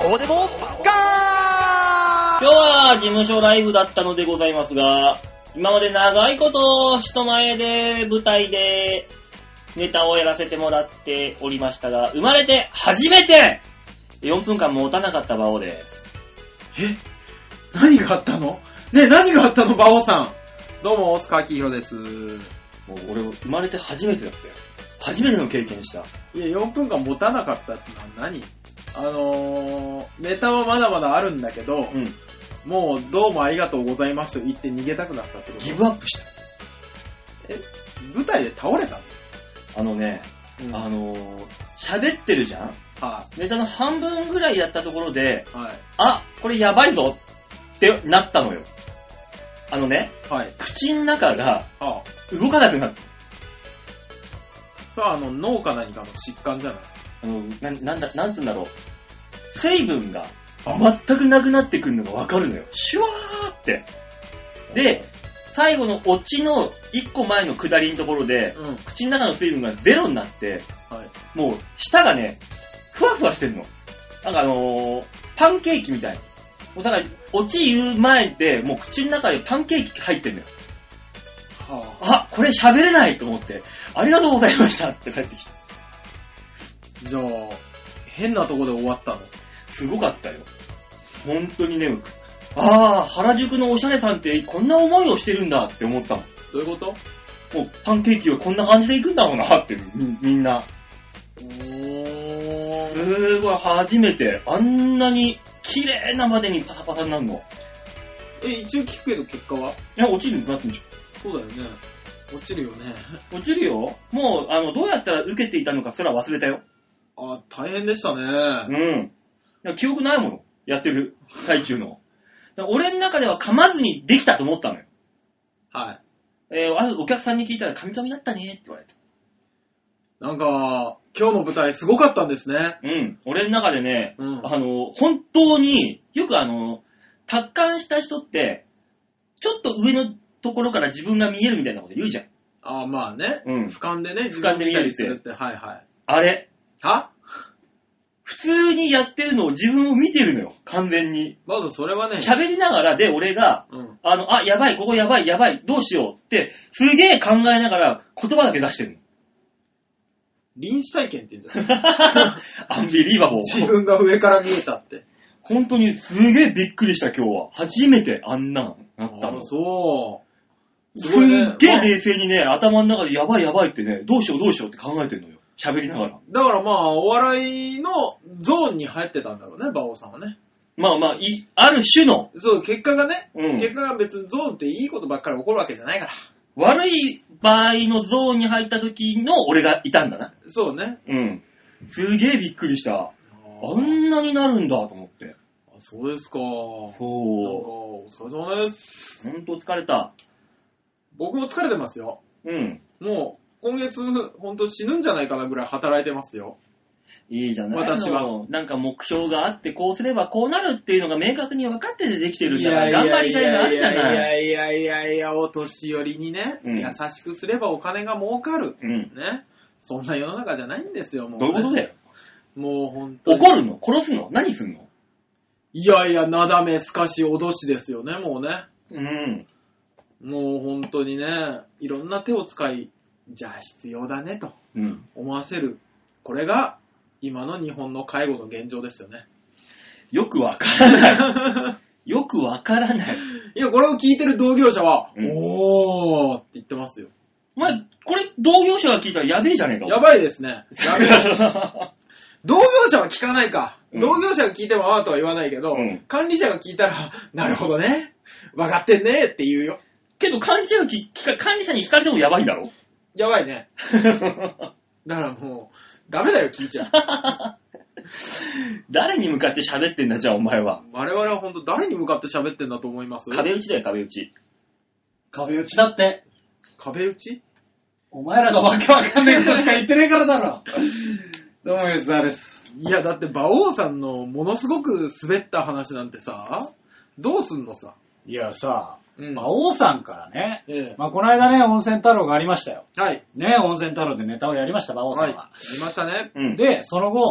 こうでもガー。 今日は事務所ライブだったのでございますが、今まで長いこと人前で舞台でネタをやらせてもらっておりましたが、生まれて初めて4分間持たなかった馬王です。 何があったの？ね、何があったの馬王さん。どうも、大塚明宏です。 もう俺生まれて初めてだったよ。初めての経験した。 いや、4分間持たなかったってのは何？ネタはまだまだあるんだけど、もうどうもありがとうございますと言って逃げたくなったってこと？ ギブアップした。 舞台で倒れたの？ 喋ってるじゃん？ はい。 ネタの半分ぐらいやったところで、 はい。 あ、これやばいぞってなったのよ。 はい。 口の中が動かなくなった。 さあ、脳か何かの疾患じゃない？ なんつうんだろう。水分が全くなくなってくるのがわかるのよ。シュワーって。で、最後のオチの1個前の下りのところで、口の中の水分がゼロになって、はい、もう舌がね、ふわふわしてるの。なんかパンケーキみたいに。もうだから、オチ言う前で、もう口の中でパンケーキ入ってんのよ。はあ、これ喋れないと思って、ありがとうございましたって帰ってきた。 じゃあ、変なとこで終わったの？ すごかったよ。本当に眠く。ああ、原宿のおしゃれさんってこんな思いをしてるんだって思ったもん。 どういうこと？ もうパンケーキはこんな感じでいくんだろうなって、みんな。すごい、初めて、あんなに綺麗なまでにパサパサになるの。 一応聞くけど結果は？ いや、落ちるになってんじゃん。 そうだよね。落ちるよね。 落ちるよ。もう、どうやったら受けていたのかすら忘れたよ。 あ、大変でしたね。 うん。記憶ないもの。やってる最中の。俺の中では噛まずにできたと思ったのよ。 はい。 お客さんに聞いたら、噛み噛みだったねって言われた。 なんか、今日の舞台すごかったんですね。 うん。俺の中でね、本当によく達観した人って、ちょっと上のところから自分が見えるみたいなこと言うじゃん。 ああ、まあね。俯瞰でね、 俯瞰で見えるって。はいはい。 あれ。 は？ 普通にやってるのを自分を見てるのよ、完全に。 まずそれはね。 喋りながらで、俺が、やばい、ここやばい、やばい、どうしようって、すげえ考えながら言葉だけ出してるの。 臨死体験って言うんじゃない？ アンビリーバボー。 自分が上から見えたって。 本当にすげえびっくりした今日は。初めてあんななったの。 そう。 すっげえ冷静にね、頭の中でやばいやばいってね、どうしようどうしようって考えてるのよ。喋りながら。 だからまあ、お笑いのゾーンに入ってたんだろうね、馬王さんはね。 まあまあ、ある種の。 そう、結果がね、結果が別にゾーンっていいことばっかり起こるわけじゃないから。 悪い場合のゾーンに入った時の俺がいたんだな。 そうね。 すげえびっくりした。あんなになるんだと思って。 あ、そうですか。 そう。 お疲れ様です。 ほんと疲れた。 僕も疲れてますよ。もう、今月、ほんと死ぬんじゃないかなぐらい働いてますよ。いいいじゃないの。 私は。 なんか目標があって、こうすればこうなるっていうのが明確に分かっててできてるんだから、頑張りがいがあるじゃない。 いや、お年寄りにね、優しくすればお金が儲かる。ね。そんな世の中じゃないんですよ、もう、ね。 どういうことだよ。 もうほんとに。 怒るの？殺すの？何すんの？ いや、なだめ、すかし、脅しですよね、もうね。もうほんとにね、いろんな手を使い、じゃあ必要だねと思わせる。これが今の日本の介護の現状ですよね。 よくわからない。よくわからない。 いや、これを聞いてる同業者は、おーって言ってますよ。 お前、これ同業者が聞いたらやべえじゃねえか。 やばいですね。やべえ。同業者は聞かないか。同業者が聞いてもあーとは言わないけど、管理者が聞いたら、なるほどね。わかってんねって言うよ。 けど管理者に聞かれてもやばいんだろ？ やばいね。だからもう、ダメだよ、聞いちゃう。 誰に向かって喋ってんだ、じゃあお前は。 我々は本当誰に向かって喋ってんだと思います？ 壁打ちだよ、壁打ち。 壁打ちだって。 壁打ち？ お前らがわけわかんないことしか言ってねえからだろ。どうも、吉沢です。 いや、だって馬王さんのものすごく滑った話なんてさ、どうすんのさ。 いやさ、馬王さんからね、 この間ね、温泉太郎がありましたよ。 はい。 ね、温泉太郎でネタをやりました、馬王さんは。 はい。やりましたね。 で、その後、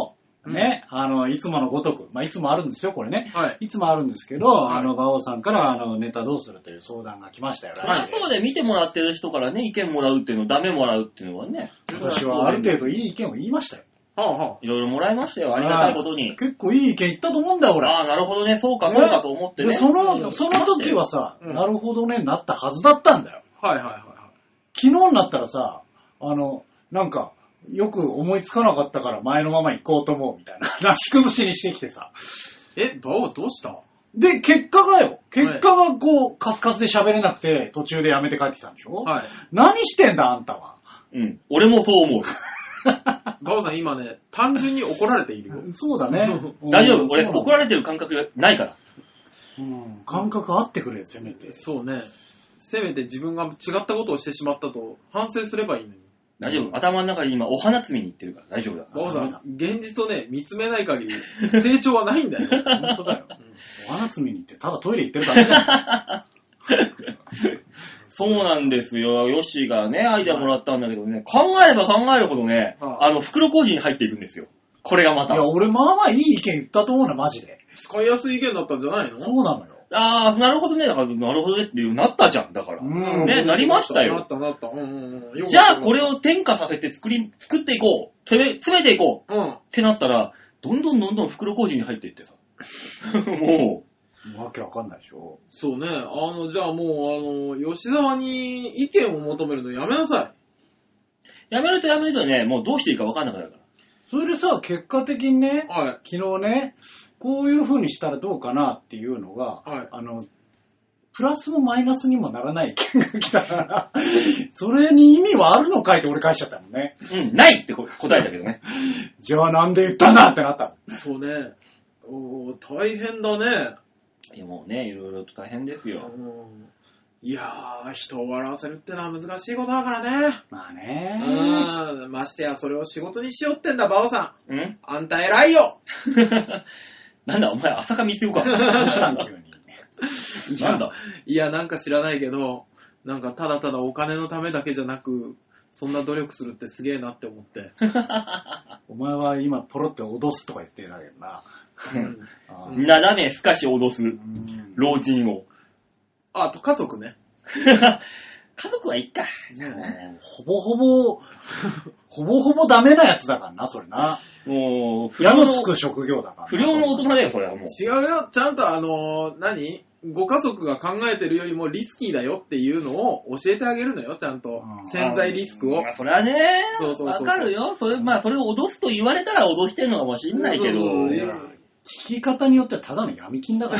ね、いつものごとく、まあ、いつもあるんですよ、これね。 はい。 いつもあるんですけど、馬王さんから、ネタどうするという相談が来ましたよ。 はい。そうで、見てもらってる人からね、意見もらうっていうの、ダメもらうっていうのはね。 私はある程度いい意見を言いましたよ。 いろいろもらいましたよ、ありがたいことに。 結構いい意見言ったと思うんだよ、俺。 なるほどね、そうかと思ってね。 で、その時はさ、なるほどね、なったはずだったんだよ。 はいはいはい。 昨日になったらさ、なんか、よく思いつかなかったから前のまま行こうと思うみたいな、なし崩しにしてきてさ。 馬王どうした？ で、結果がこう、カスカスで喋れなくて、途中でやめて帰ってきたんでしょ？はい。何してんだ、あんたは。 うん。俺もそう思う。 馬王さん今ね、単純に怒られているよ。 そうだね。 大丈夫。俺、怒られてる感覚がないから。 感覚あってくれ、せめて。 そうね。せめて自分が違ったことをしてしまったと反省すればいいのに。 大丈夫。頭の中で今、お花摘みに行ってるから大丈夫だ。 馬王さん、現実をね、見つめない限り、成長はないんだよ。 本当だよ。お花摘みに行って、ただトイレ行ってるだけだよ。 そうなんですよ。ヨッシーがね、アイデアもらったんだけどね、考えれば考えるほどね、袋小路に入っていくんですよ。これがまた。 いや、俺まあまあいい意見言ったと思うな、マジで。 使いやすい意見だったんじゃないの？ そうなのよ。 なるほどね。だから、なるほどねっていうなったじゃん。だから。ね、なりましたよ。 なった。 じゃあ、これを転化させて作っていこう。詰めていこう。ってなったら、どんどん袋小路に入っていってさ。もう。わけわかんないでしょ。 そうね。じゃあもう、吉沢に意見を求めるのやめなさい。やめるとね、もうどうしていいかわかんなくなるから。 それでさ、結果的にね、昨日ね、こういう風にしたらどうかなっていうのが、プラスもマイナスにもならない意見が来たから、それに意味はあるのかいって俺返しちゃったもんね。 ないって答えたけどね。 じゃあなんで言ったんだってなった。 そうね。大変だね。 いやもうね、いろいろと大変ですよ。 いやー、人を笑わせるってのは難しいことだからね。 まあね。 ましてやそれを仕事にしようってんだ、馬王さん。あんた偉いよ。 なんだ、お前、浅香光代か。 どうしたん急に。 なんだ。 いや、なんか知らないけど、なんかただただお金のためだけじゃなく、そんな努力するってすげえなって思って。 お前は今ポロって脅すとか言ってたけどな。 斜めすかし脅す。老人を。 あと家族ね。 家族はいっか。 ほぼほぼダメなやつだからな、それな。 もう、 矢のつく職業だから。 不良の大人だよ、これはもう。 違うよ。ちゃんとご家族が考えてるよりもリスキーだよっていうのを教えてあげるのよ、ちゃんと。潜在リスクを。 それはね、 そうわかるよ。それを脅すと言われたら脅してんのかもしんないけど。 聞き方によってはただの闇金だから。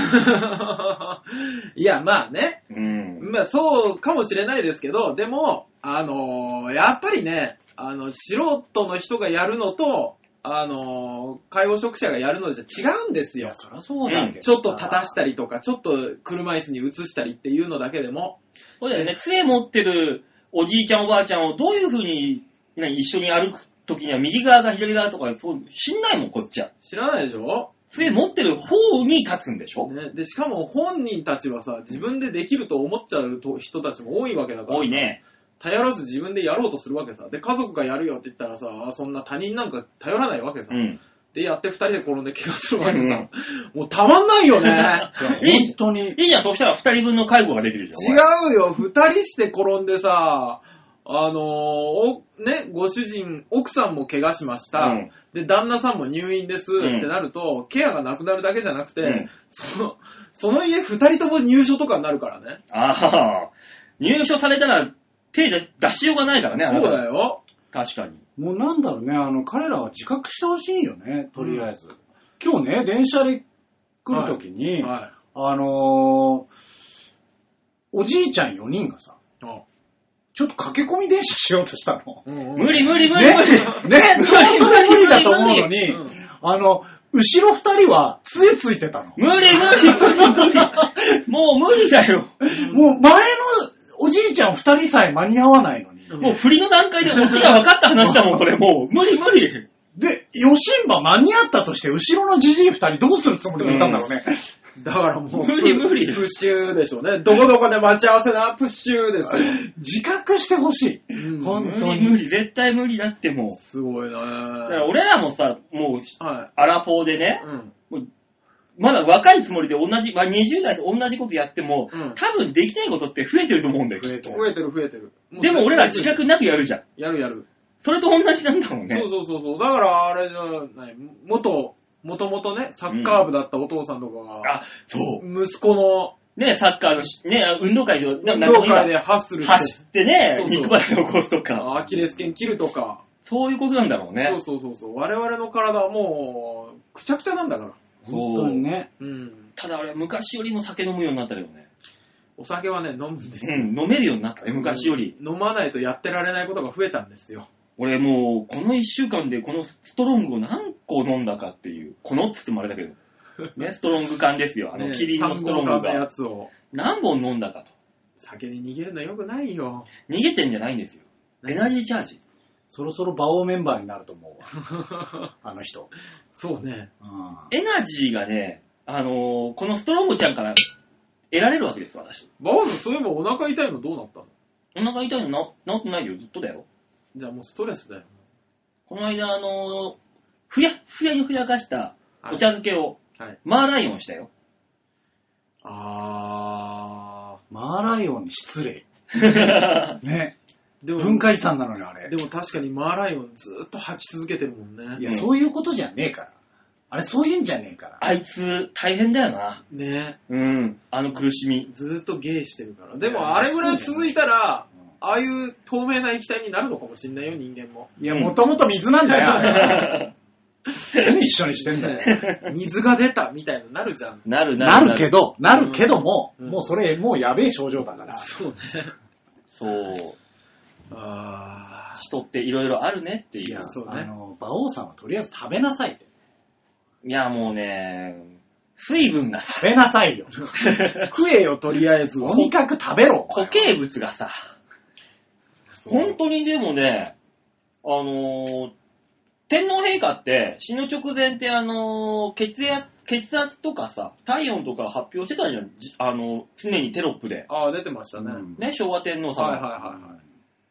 いや、まあね。まあそうかもしれないですけど、でも、やっぱりね、素人の人がやるのと、介護職者がやるのじゃ違うんですよ。 いや、そりゃそうだけど、 ちょっと立たしたりとか、ちょっと車椅子に移したりっていうのだけでも。 そうだよね。杖持ってるおじいちゃんおばあちゃんをどういう風に、一緒に歩く時には右側が左側とか、そう知んないもん、こっちは。 知らないでしょ？ 杖持ってる方に立つんでしょ、 ね、で、しかも本人たちはさ、自分でできると思っちゃう人たちも多いわけだから。 多いね。 頼らず自分でやろうとするわけさ。で、家族がやるよって言ったらさ、そんな他人なんか頼らないわけさ。で、やって二人で転んで怪我するわけさ。もうたまんないよね。 本当に。 いいじゃん、そうしたら二人分の介護ができるじゃん。違うよ、二人して転んでさ、ご主人、奥さんも怪我しました。で、旦那さんも入院です、ってなると、ケアがなくなるだけじゃなくて、その家二人とも入所とかになるからね。 入所されたら手で出しようがないからね。 そうだよ。 確かに。 もうなんだろうね、彼らは自覚してほしいよね、とりあえず。今日ね、電車で来るときに、おじいちゃん4人がさ、ちょっと駆け込み電車しようとしたの。 無理。ね、それ無理だと思うのに、後ろ2人は杖ついてたの。 無理。もう無理だよ。 もう前のおじいちゃん2人さえ間に合わないのに。 もう振りの段階でオチが分かった話だもん、これもう。無理。 で、ヨシンバ間に合ったとして、後ろのじじい2人どうするつもりだったんだろうね。 だからもう、 無理。 プッシュでしょうね。どこどこで待ち合わせな、プッシュですよ。 自覚してほしい。本当に。 無理、絶対無理だってもう。 すごいなぁ。 だから俺らもさ、もう、 はい、 アラフォーでね、もうまだ若いつもりで20代と同じことやっても、多分できないことって増えてると思うんだよ。増えてる。でも俺ら自覚なくやるじゃん。 やる。 それと同じなんだもんね。 そう。だからあれじゃない、もともとね、サッカー部だったお父さんとかが、 そう。 息子の、 ね、サッカーの、ね、運動会でハッスルして。 走ってね、肉離れを起こすとか。 アキレス腱切るとか。 そういうことなんだろうね。 そう。我々の体はもう、くちゃくちゃなんだから。 本当にね。 ただ俺、昔よりも酒飲むようになったけどね。 お酒はね、飲むんですよ。 飲めるようになったね、昔より。 飲まないとやってられないことが増えたんですよ。 俺もう、この1週間でこのストロングを何個飲んだかっていう、このっつってもあれだけど、ね、ストロング缶ですよ。キリンのストロングが。 やつを何本飲んだかと。 酒に逃げるのよくないよ。 逃げてんじゃないんですよ。エナジーチャージ。 そろそろ馬王メンバーになると思うわ。あの人。 そうね。 エナジーがね、このストロングちゃんから得られるわけですよ、私。 馬王さん、そういえばお腹痛いのどうなったの？ お腹痛いの治ってないよ、ずっとだよ。 じゃあもうストレスだよ。 この間、ふやにふやかしたお茶漬けを、マーライオンしたよ。 マーライオンに失礼。ね。 でも文化遺産なのにあれ。 でも確かにマーライオンずっと吐き続けてるもんね。 いや、そういうことじゃねえから。あれ、そういうんじゃねえから。 あいつ、大変だよな。 ね。 苦しみ。 ずっとゲイしてるから。でも、あれぐらい続いたら、ああいう透明な液体になるのかもしんないよ、人間も。 いや、もともと水なんだよ。何一緒にしてんだよ。 水が出たみたいになるじゃん。 なるけども、もうそれ、もうやべえ症状だから。 そうね。 そう。人っていろいろあるねっていう。 いや、そうね。 馬王さんはとりあえず食べなさいって。 いや、もうね、水分がさ。 食べなさいよ。 食えよ、とりあえず。 とにかく食べろ。 固形物がさ。本当にでもね、天皇陛下って死ぬ直前って血圧とかさ、体温とか発表してたじゃん。常にテロップで。 出てましたね。 ね、昭和天皇様。 はい。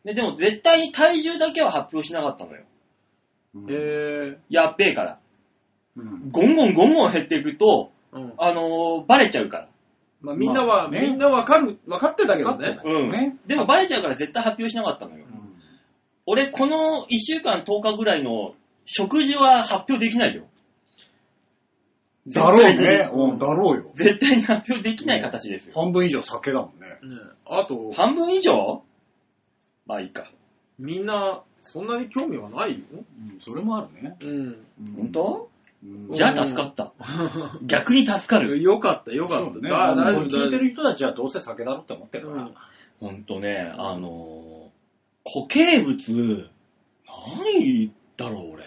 でも絶対に体重だけは発表しなかったのよ。やっべえから。ゴンゴン減っていくと、バレちゃうから。 まあ、みんなわかってたけどね。 でもバレちゃうから絶対発表しなかったのよ。俺、この1週間10日ぐらいの食事は発表できないよ。 だろうね。だろうよ。 絶対に発表できない形ですよ。 半分以上酒だもんね。 あと、 半分以上？まあいいか。 みんな、そんなに興味はないよ。 それもあるね。 本当？じゃあ助かった。逆に助かる。 よかった。 聞いてる人たちはどうせ酒だろって思ってるから。 ほんとね、固形物、何だろう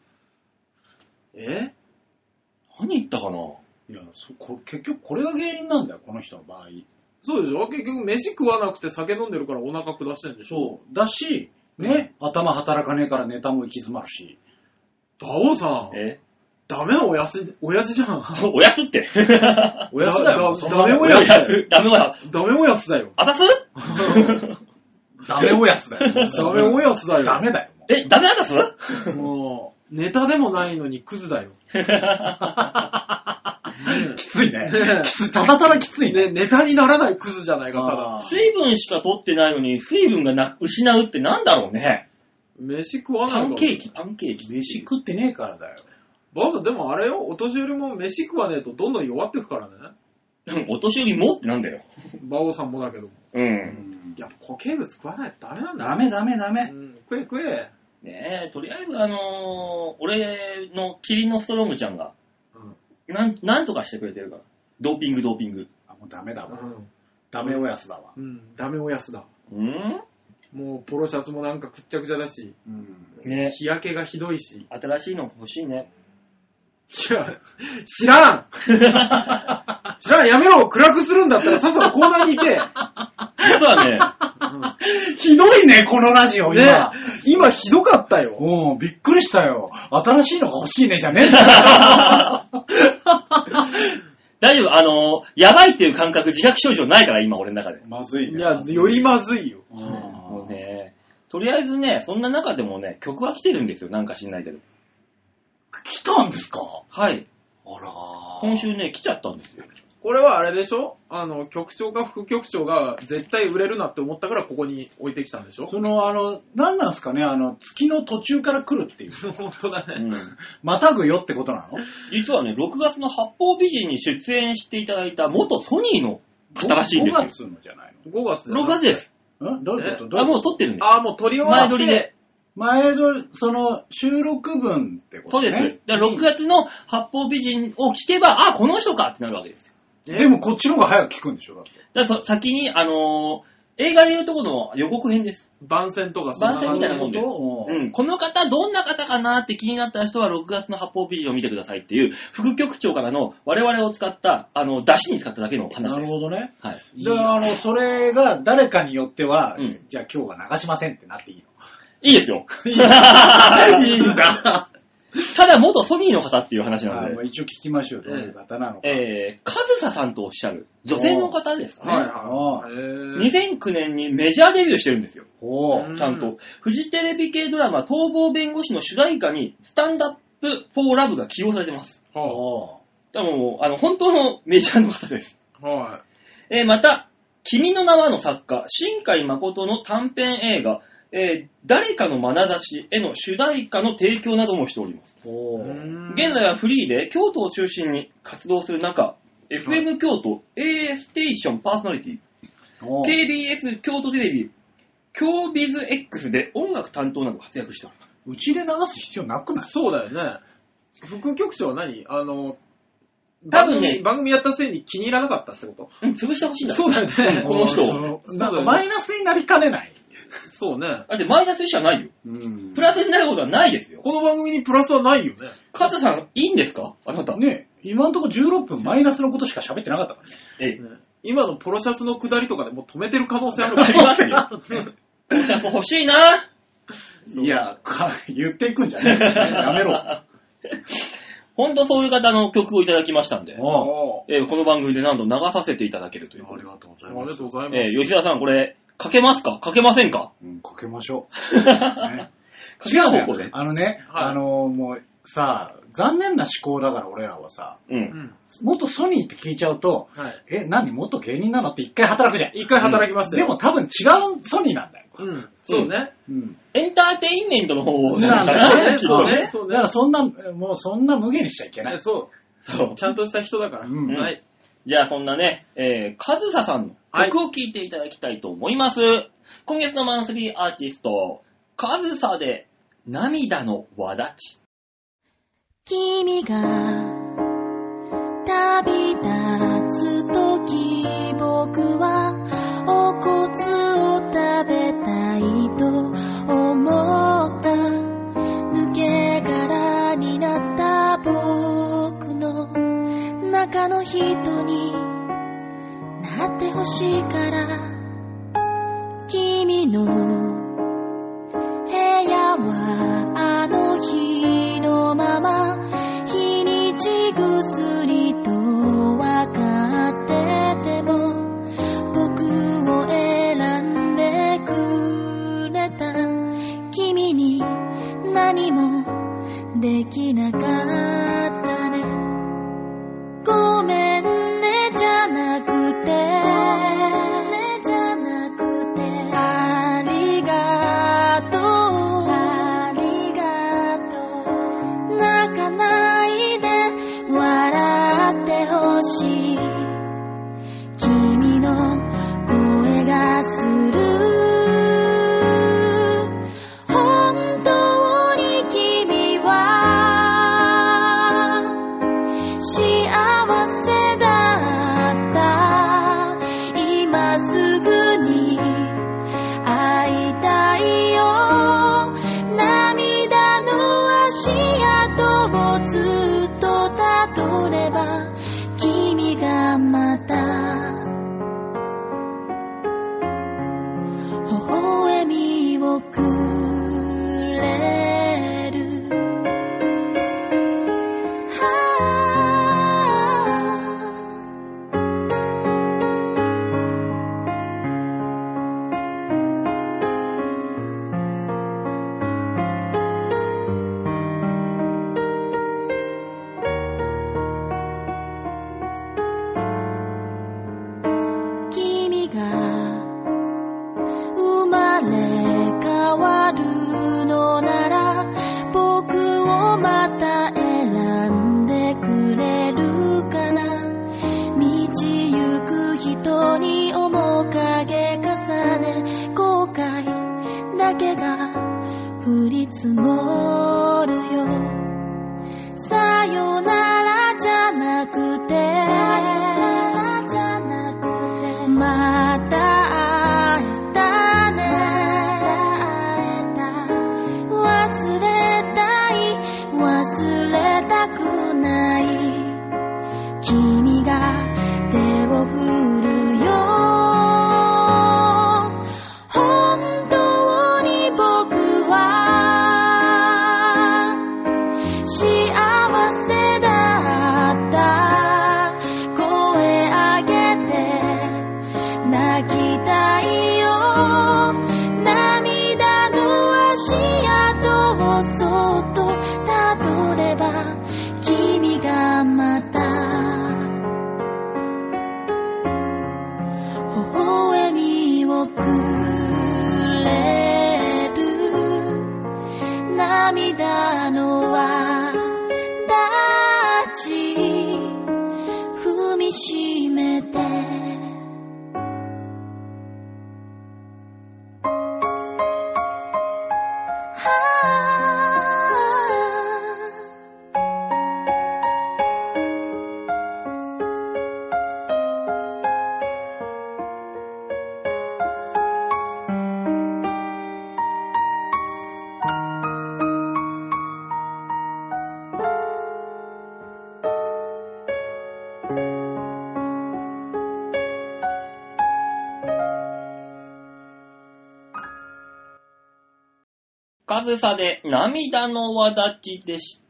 俺。何言ったかな。 いや、結局これが原因なんだよ、この人の場合。 そうでしょ？結局飯食わなくて酒飲んでるからお腹下してんでしょ？ そうだし、ね、頭働かねえからネタも行き詰まるし。 馬王さん。ダメな親父じゃん。 おやすって。 おやすだよ。 ダメおやす。ダメおやすだよ。 あたすダメおやすだよ。 ダメおやすだよ。 ダメだよ。 ダメあたすもう、ネタでもないのにクズだよ。 きついね。ただただきついね。 ネタにならないクズじゃないか、ただ。 水分しか取ってないのに、水分が失うってなんだろうね。 飯食わないパンケーキ。 飯食ってねえからだよ。 バオさん、でもあれよ、お年寄りも飯食わねえとどんどん弱ってくからね。 お年寄りもってなんだよ。 バオさんもだけど。やっぱ固形物食わないとダメなんだ。 ダメ。 食え。 ねえ、とりあえず俺のキリンのストロングちゃんが、なんとかしてくれてるから。ドーピング。 もうダメだわ。ダメおやすだわ。 ダメおやすだ。もうポロシャツもなんかくっちゃくちゃだし、日焼けがひどいし。 新しいの欲しいね。 いや、知らんやめろ暗くするんだったらさっさとコーナーに行け実はね、 ひどいね、このラジオ、今。 今ひどかったよ。 びっくりしたよ。新しいの欲しいね、じゃねえんだよ。 大丈夫、やばいっていう感覚、自覚症状ないから、今俺の中で。 まずいね。 いや、よりまずいよ。 もうね、とりあえずね、そんな中でもね、曲は来てるんですよ。なんか知んないけど。 来たんですか？ はい。 あらー。 今週ね、来ちゃったんですよ。 これはあれでしょ？局長か副局長が絶対売れるなって思ったからここに置いてきたんでしょ？ 何なんすかね、月の途中から来るっていう。 本当だね。 またぐよってことなの？ 実はね、6月の八方美人に出演していただいた元ソニーの方らしいんですよ。 5月のじゃないの？ 5月 6月です。 どういうこと？ もう撮ってるんです。 もう撮り終わって。 前撮り、収録分ってことね。 そうです。だから6月の八方美人を聞けば、この人かってなるわけですよ。 でもこっちの方が早く聞くんでしょ？だって。 だから先に、映画でいうとこの予告編です。 番宣とか番宣みたいなもんです。この方、どんな方かなって気になった人は6月の八方美人を見てくださいっていう、副局長からの我々を使った、出汁に使っただけの話です。 なるほどね。 はい。 で、それが誰かによっては、じゃあ今日は流しませんってなっていいの？ いいですよ。 いいんだ。 ただ、元ソニーの方っていう話なので。 一応聞きましょう。どういう方なのか。 カズサさんとおっしゃる女性の方ですかね。2009年にメジャーデビューしてるんですよ。ちゃんと。フジテレビ系ドラマ、逃亡弁護士の主題歌に、スタンドアップフォーラブが起用されてます。でも、本当のメジャーの方です。また、君の名はの作家、新海誠の短編映画、誰かの眼差しへの主題歌の提供などもしております。現在はフリーで京都を中心に活動する中、FM 京都 AA ステーションパーソナリティ、KBS 京都テレビ、京ビズ X で音楽担当など活躍しております。 うちで流す必要なくない？ そうだよね。副局長は何？ 多分ね、 番組やったせいに気に入らなかったってこと？ 潰してほしいんだ。 そうだよね。 この人を。 なんかマイナスになりかねない。 そうね。 だってマイナスしかないよ。プラスになることはないですよ。 この番組にプラスはないよね。 カズさん、いいんですか？あなた。 ね、今のところ16分マイナスのことしか喋ってなかったからね。 今のポロシャツの下りとかでもう止めてる可能性あるから。 ありますよ。ポロシャツ欲しいな。 いや、言っていくんじゃねえ。やめろ。 ほんとそういう方の曲をいただきましたんで、この番組で何度流させていただけるという。 ありがとうございます。 ありがとうございます。 吉田さん、これ、かけますか？かけませんか？ かけましょう。違う方向で。もうさ、残念な思考だから俺らはさ、元ソニーって聞いちゃうと、何元芸人なのって一回働くじゃん。 一回働きますよ。 でも多分違うソニーなんだよ。 そうね。 エンターテインメントの方なんだね。 そうね。 だからそんな無限にしちゃいけない。 そう。ちゃんとした人だから。はい。 じゃあそんなね、カズサさんの曲を聴いていただきたいと思います。今月のマンスリーアーティスト、カズサで涙の輪立ち。 君が旅立つとき、僕はお骨を食べたいと思った。抜け殻になった僕の中の人になってほしいから、君の部屋はあの日のまま、日にち薬と分かってても僕を選んでくれた。君に何もできなかったね。ごめんねじゃなくて、ありがとう、ありがとう。泣かないで笑ってほしい。君の声がする。本当に君はけが降り積もるよ。さよならじゃなくてまた会えたね。忘れたい忘れたくない、君が手を振るよ。本当に僕は幸せだった。声上げて泣きたいよ。涙の足跡をそっとたどれば君がまた微笑みをくれる。涙の輪立ち踏みしめてかずさで涙の輪立ちでした。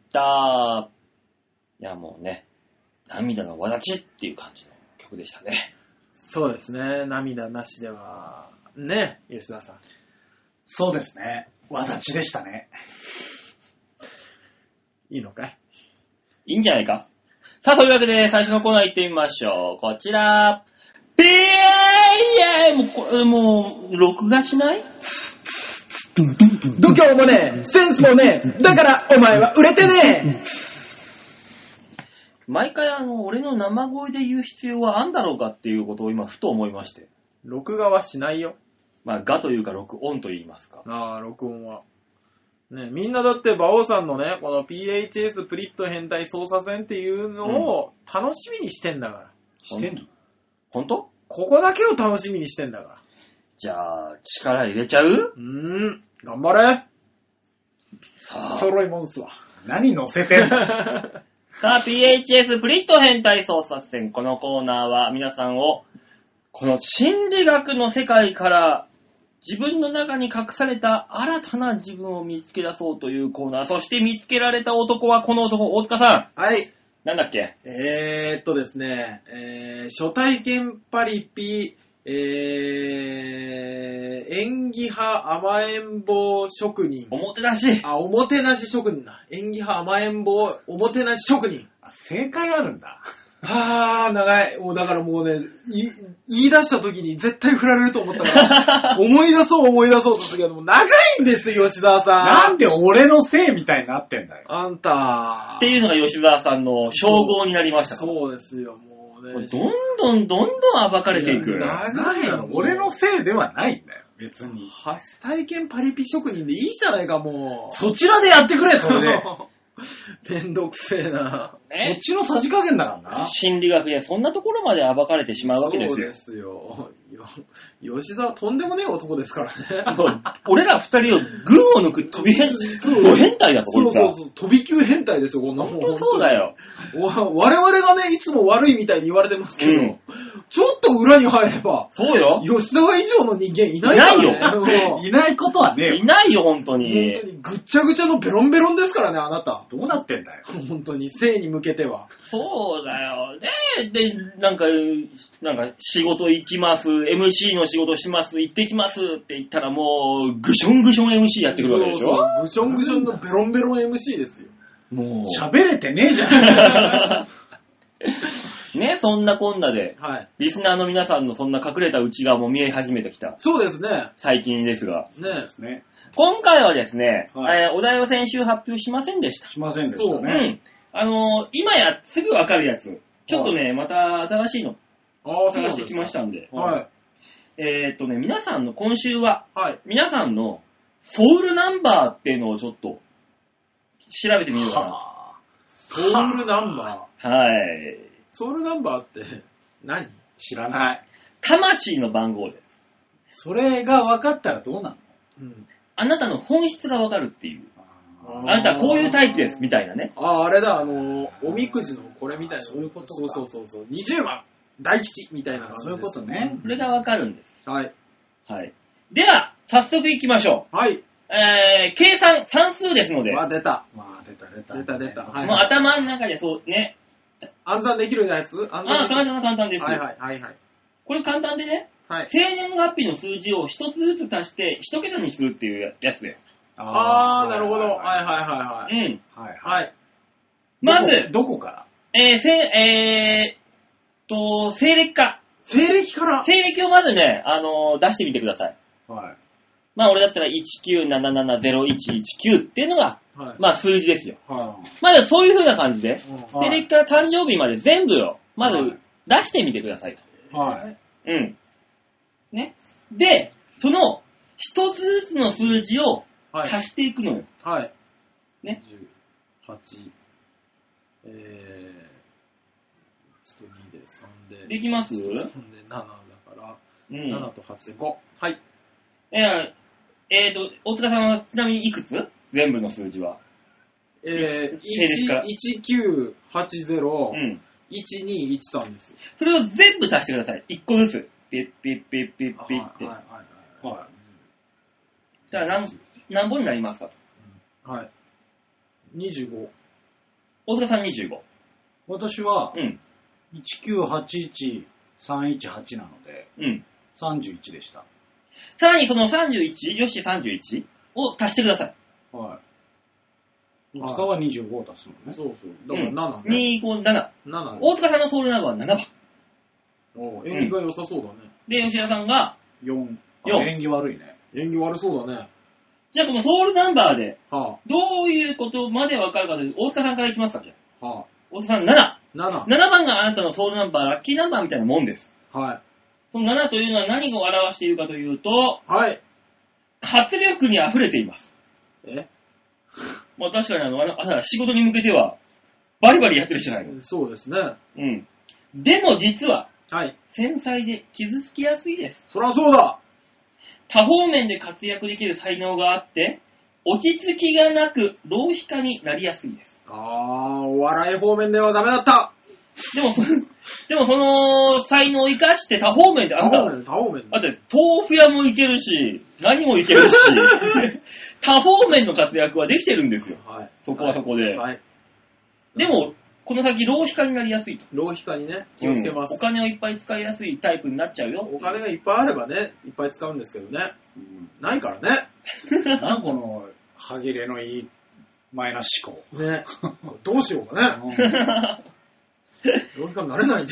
いやもうね、涙の輪立ちっていう感じの曲でしたね。 そうですね。涙なしではね、吉田さん。 そうですね。輪立ちでしたね。 いいのかい？ いいんじゃないか。さあ、というわけで最初のコーナー行ってみましょう。こちら。もう、録画しない？ 度胸もねえ、センスもねえ、だからお前は売れてねえ。 毎回俺の生声で言う必要はあんだろうかっていうことを今ふと思いまして。 録画はしないよ。 まあ、がというか録音と言いますか。 ああ、録音は。ね、みんなだって馬王さんのね、この PHS プリット変態操作線っていうのを楽しみにしてんだから。 してんの？ ほんと？ ここだけを楽しみにしてんだから。 じゃあ、力入れちゃう？ 頑張れ。 さあ。 ちょろいもんすわ。 何乗せてんの？ さあ、PHS プリット変態操作線。このコーナーは皆さんを、この心理学の世界から自分の中に隠された新たな自分を見つけ出そうというコーナー。そして見つけられた男はこの男、大塚さん。 はい。 なんだっけ？ ですね、初体験パリピ、演技派甘えん坊職人。 おもてなし。 おもてなし職人だ。演技派甘えん坊おもてなし職人。 正解あるんだ。 長い。もうだからもうね、言い出した時に絶対振られると思ったから、思い出そうとするけども、長いんですよ、吉沢さん。 なんで俺のせいみたいになってんだよ。 あんた。 っていうのが吉沢さんの称号になりましたから。 そうですよ、もうね。 どんどん暴かれていく。 長いの。俺のせいではないんだよ、別に。 初体験パリピ職人でいいじゃないか、もう。 そちらでやってくれ、それで。 めんどくせえな。 そっちのさじ加減だからな。 心理学でそんなところまで暴かれてしまうわけですよ。 そうですよ。吉沢とんでもねえ男ですからね。 俺ら二人を群を抜くド変態だと、こいつは。 そう。飛び級変態ですよ、こんなもん。 本当そうだよ。 我々がね、いつも悪いみたいに言われてますけど、ちょっと裏に入れば、 そうよ。 吉沢以上の人間いないからね。 いないよ。 いないことはねえよ。 いないよ、本当に。 本当にぐっちゃぐちゃのベロンベロンですからね、あなた。 どうなってんだよ。 本当に、生に向けては。 そうだよ。で、なんか、仕事行きます、MC の仕事します、行ってきますって言ったらもう、ぐしょんぐしょん MC やってくるわけでしょ。 ぐしょんぐしょんのベロンベロン MC ですよ。 もう。 喋れてねえじゃん。 ね、そんなこんなで、 はい。 リスナーの皆さんのそんな隠れた内側も見え始めてきた。 そうですね。 最近ですが。 ね。 今回はですね、 はいお題を先週発表しませんでした。 しませんでしたね。 今すぐわかるやつ。ちょっとね、また新しいの探してきましたんで。 はい。 皆さんの今週は、皆さんのソウルナンバーっていうのをちょっと調べてみようかな。 ソウルナンバー。はい。 ソウルナンバーって何？ 知らない。 魂の番号です。 それが分かったらどうなの？ うん。あなたの本質が分かるっていう。あなたはこういうタイプです、みたいなね。 あれだ、おみくじのこれみたいな。 そういうことか。 そう。20番大吉みたいな感じです。 そういうことね。 これが分かるんです。 はい。 はい。では、早速行きましょう。はい。 計算、算数ですので。 出た。 出た。 はい、もう頭の中でそうね。 暗算できるやつ？ 簡単ですよ。 はい。 これ簡単でね。 はい。 生年月日の数字を一つずつ足して一桁にするっていうやつで。 なるほど。はい。 うん。 はい。 まず、 どこから？ 西暦か。 西暦から？ 西暦をまずね、出してみてください。 はい。 まあ俺だったら19770119っていうのが、はい、まあ数字ですよ。はい。まずそういう風な感じで、西暦から誕生日まで全部を、まず出してみてくださいと。 はい。 うん。ね。で、その一つずつの数字を足していくのよ。 はい。 ね。 18、1と2で3で。 できます？ 3で7だから、7と8で5。はい。 大塚さんはちなみにいくつ？全部の数字は。 1980、 うん。 1213です。 それを全部足してください。1個ずつ。ピッピッピッピッピッって。はい。じゃあ何本になりますかと。 はい。25。 大塚さん25。 私は、 うん。 1981318なので、 うん。 31でした。 さらにその31、よし31を足してください。 はい。大塚は25を足すのね。 そう。だから7、ね。 257。大塚さんのソウルナンバーは7番。 縁起が良さそうだね。 で、吉田さんが 4。縁起悪いね。 縁起悪そうだね。 じゃあこのソウルナンバーで、どういうことまでわかるかという、大塚さんからいきますか、じゃあ。大塚さん7番があなたのソウルナンバー、ラッキーナンバーみたいなもんです。 はい。 その7というのは何を表しているかというと、 はい。 活力に溢れています。まあ確かに仕事に向けては、バリバリやってるじゃないの。 そうですね。 うん。でも実は、 はい。 繊細で傷つきやすいです。 そりゃそうだ。 多方面で活躍できる才能があって、落ち着きがなく、浪費家になりやすいです。 お笑い方面ではダメだった。 でもその才能を生かして多方面で多方面。 だって豆腐屋もいけるし、何もいけるし、多方面の活躍はできてるんですよ。 はい。 そこはそこで。 はい。 でも、この先浪費家になりやすいと。 浪費家にね、気をつけます。 お金をいっぱい使いやすいタイプになっちゃうよ。 お金がいっぱいあればね、いっぱい使うんですけどね。ないからね。 なんこの歯切れのいいマイナス思考。 ね。どうしようかね。浪費家になれないね。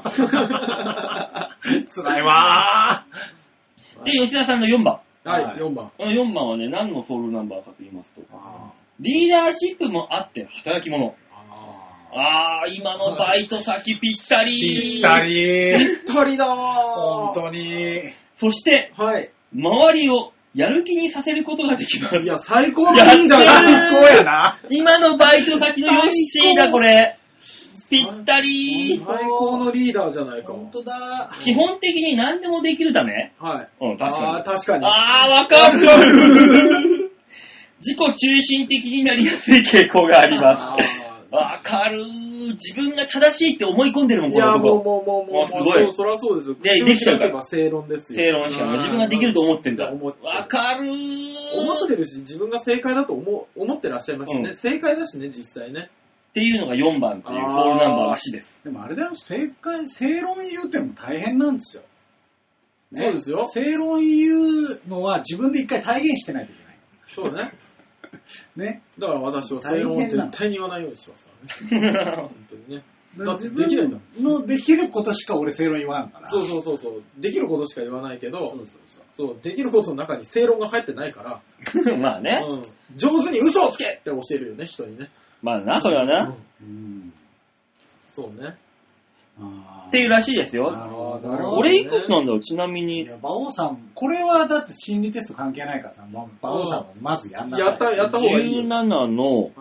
辛いわー。で、吉田さんの4番。 はい、4番。 この4番はね、何のソウルナンバーかと言いますと、リーダーシップもあって働き者。今のバイト先ぴったり。 ぴったりだー。本当に。 そして、 はい。 周りをやる気にさせることができます。 いや、最高のリーダーだ。 最高やな。 今のバイト先のヨッシーだ、これ。ぴったり。 最高のリーダーじゃないか。 本当だ。 基本的に何でもできるため。 はい。 うん、確かに。 確かに。 わかる。自己中心的になりやすい傾向があります。わかる。自分が正しいって思い込んでるもん、このとこ。 もう、 すごい。 そりゃそうですよ。 できちゃうから。 正論ですよ。 正論しかも自分ができると思ってんだ。わかる。 思ってるし、自分が正解だと思ってらっしゃいますしね。正解だしね、実際ね。 っていうのが4番っていうソウルナンバーらしいです。 でもあれだよ、正論言うても大変なんですよ。 そうですよ。 正論言うのは自分で一回体現してないといけない。 そうね。 ね。 だから私は正論を絶対に言わないようにしますからね。本当にね。だってできないんだもん。のできることしか俺正論言わんから。 そう。できることしか言わないけど、そうできることの中に正論が入ってないから。 まあね、 上手に嘘をつけって教えるよね、人にね。 まあな、それはな。 そうね。 っていうらしいですよ。 なるほど。 俺いくつなんだろう、ちなみに。 いや、馬王さん、これはだって心理テスト関係ないからさ、馬王さんはまずやんなさい。 やった方がいい。 17の、 はい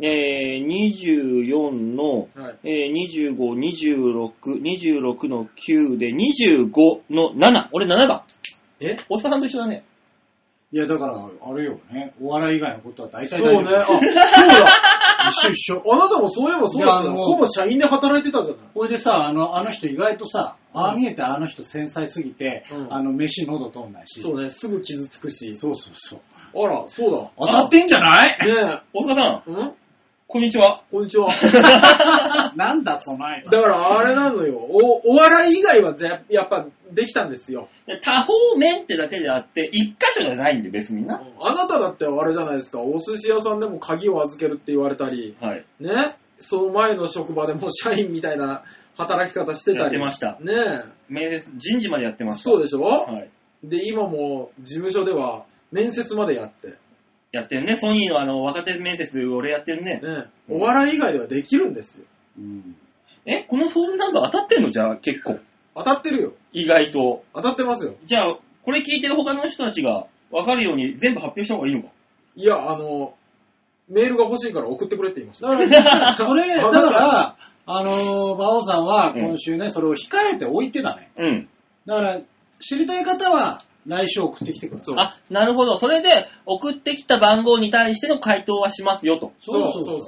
24の、25、26、26の9で25の7。俺7番。大塚さんと一緒だね。 いや、だから、あれよね。お笑い以外のことは大体そうね。あ、そうだ。一緒。あなたもそういえばそうだった。ほぼ社員で働いてたじゃない。 これでさ、あの人意外とさ、ああ見えてあの人繊細すぎて、飯喉通んないし。 そうね、すぐ傷つくし。 そうそうそう。 あら、そうだ。 当たってんじゃない？ ねえ。 大塚さん。こんにちは。 こんにちは。 なんだその挨拶。 だからあれなのよ。お笑い以外はやっぱできたんですよ。 多方面ってだけであって、一箇所じゃないんで別にな。 あなただってあれじゃないですか。お寿司屋さんでも鍵を預けるって言われたり。 はい。 ね。その前の職場でも社員みたいな働き方してたり。 やってました。 ねえ。人事までやってました。 そうでしょ？ はい。 で、今も事務所では面接までやって。 やってるね。ソニーの若手面接俺やってるね。 お笑い以外ではできるんですよ。 このソウルナンバー当たってんの？じゃあ結構。 当たってるよ。 意外と。 当たってますよ。 じゃあ、これ聞いてる他の人たちが分かるように全部発表した方がいいのか？ いや、メールが欲しいから送ってくれって言いました。 だから馬王さんは今週ね、それを控えておいてだね。 うん。 だから、知りたい方は、来週送ってきてください。 あ、なるほど。それで、送ってきた番号に対しての回答はしますよと。 そう。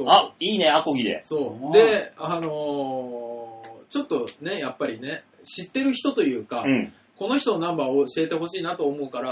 あ、いいね、アコギで。 そう。で、ちょっとね、やっぱりね、知ってる人というか、この人のナンバーを教えてほしいなと思うから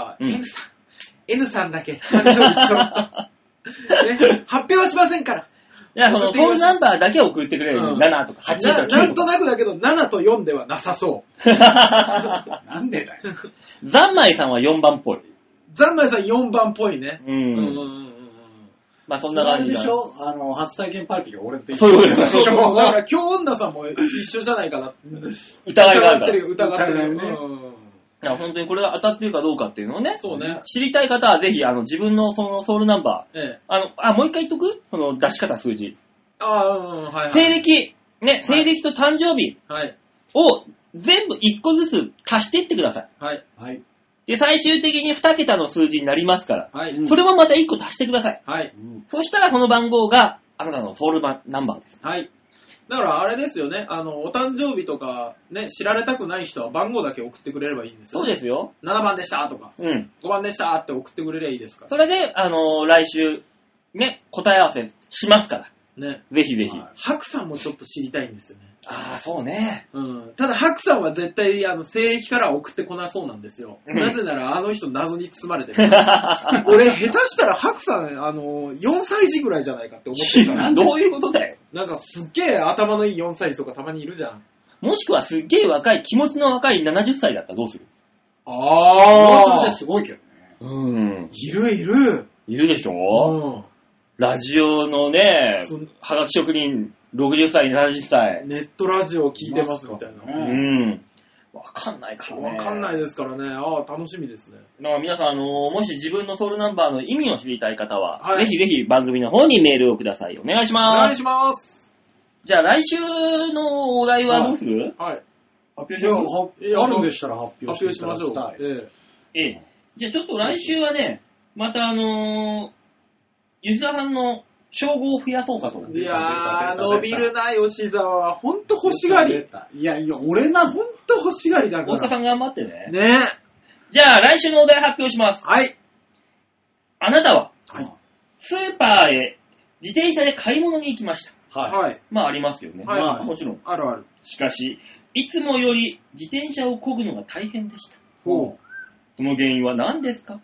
、N さんだけ、誕生日ちょっと、ね、発表はしませんから。 いや、その、ソウルナンバーだけ送ってくれるの。7とか8とか9とか。 なんとなくだけど、7と4ではなさそう。 なんでだよ。 ザンマイさんは4番っぽい。 ザンマイさん4番っぽいね。 まあそんな感じでしょ？初体験パーティーが俺ってそういうことです。 だから今日女さんも一緒じゃないかな。 疑いがあるから。 疑ってるね。 いや、本当にこれが当たってるかどうかっていうのをね。 そうね。 知りたい方はぜひ、自分のそのソウルナンバー。もう一回言っとく？その出し方数字。 はい。 西暦、ね、西暦と誕生日を全部1個ずつ足していってください。 はい。 で、最終的に2桁の数字になりますから。 はい。 それもまた1個足してください。 はい。 そしたらその番号があなたのソウルナンバーです。 はい。だからあれですよね、お誕生日とかね、知られたくない人は番号だけ送ってくれればいいんですよ、ね。 そうですよ。 7番でしたとか、5番でしたって送ってくれればいいですから。 それで、来週、ね、答え合わせしますから。 ね。 ぜひぜひ。 ハクさんもちょっと知りたいんですよね。 ああ、そうね。 ただ、ハクさんは絶対、西暦から送ってこなそうなんですよ。なぜなら、あの人謎に包まれてる。俺、下手したら、ハクさん、4歳児ぐらいじゃないかって思ってたから。 どういうことだよ。 なんか、すっげえ頭のいい4歳児とかたまにいるじゃん。 もしくは、すっげえ若い、気持ちの若い70歳だったらどうする？ それですごいけどね。 いる。 いるでしょ？ラジオのね、はがき職人、60歳、70歳。 ネットラジオを聞いてますみたいな。わかんないからね。 わかんないですからね。楽しみですね。 だから皆さん、もし自分のソウルナンバーの意味を知りたい方は、ぜひぜひ番組の方にメールをください。お願いします。 お願いします。 じゃあ来週のお題はどうする？ はい。 発表しましょう。あるんでしたら発表していただきたい。 発表しましょう。 じゃあちょっと来週はね、また吉沢さんの称号を増やそうかと。 いやー、伸びるな、吉沢は。ほんと欲しがり。 いや、俺な、 ほんと欲しがりだから。 大塚さん頑張ってね。 ね。 じゃあ、来週のお題発表します。 はい。 あなたは、スーパーへ自転車で買い物に行きました。 はい。 まあ、ありますよね。 はい。 もちろん。 あるある。 しかし、いつもより自転車を漕ぐのが大変でした。 その原因は何ですか？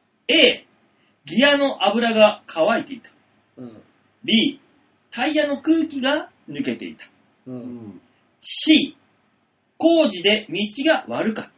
A、ギアの油が乾いていた。B、タイヤの空気が抜けていた。C、工事で道が悪かった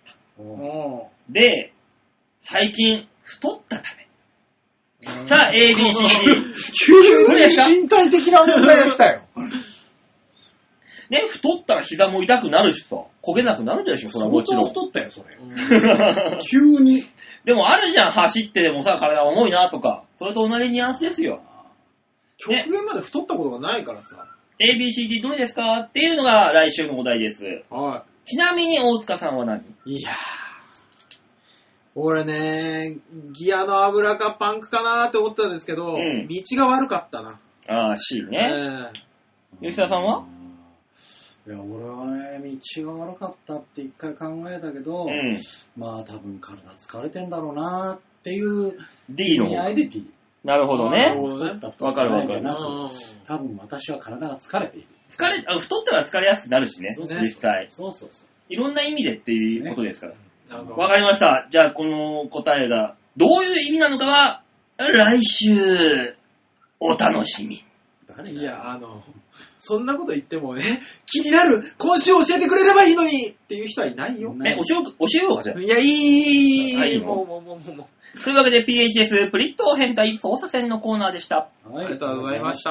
。D、最近太ったため。さあ、A、B、C、D。 急に身体的な問題が来たよ。 ね、太ったら膝も痛くなるしさ、焦げなくなるでしょ、それはもちろん。 相当太ったよ、それ。急に。 でもあるじゃん、走ってでもさ、体重いなとか。それと同じニュアンスですよ。 極限まで太ったことがないからさ。 ABCD どれですかっていうのが来週のお題です。 はちなみに大塚さんは何？ いやー。俺ね、ギアの油かパンクかなーって思ってたんですけど、道が悪かったな。 ああ、C ね。吉田さんは？ いや、俺はね、道が悪かったって一回考えたけど、まあ多分体疲れてんだろうなっていう D の。 意味で D。 なるほどね。 わかるわかる。 多分私は体が疲れている。 太ったら疲れやすくなるしね、実際。 そうそうそう。 いろんな意味でっていうことですから。わかりました。じゃあこの答えがどういう意味なのかは、来週、お楽しみ。 いや、そんなこと言っても、気になる今週教えてくれればいいのにっていう人はいないよ。 教えようかじゃあ。 いや、いい。もう。 というわけで PHS プリット変態操作戦のコーナーでした。 はい、ありがとうございました。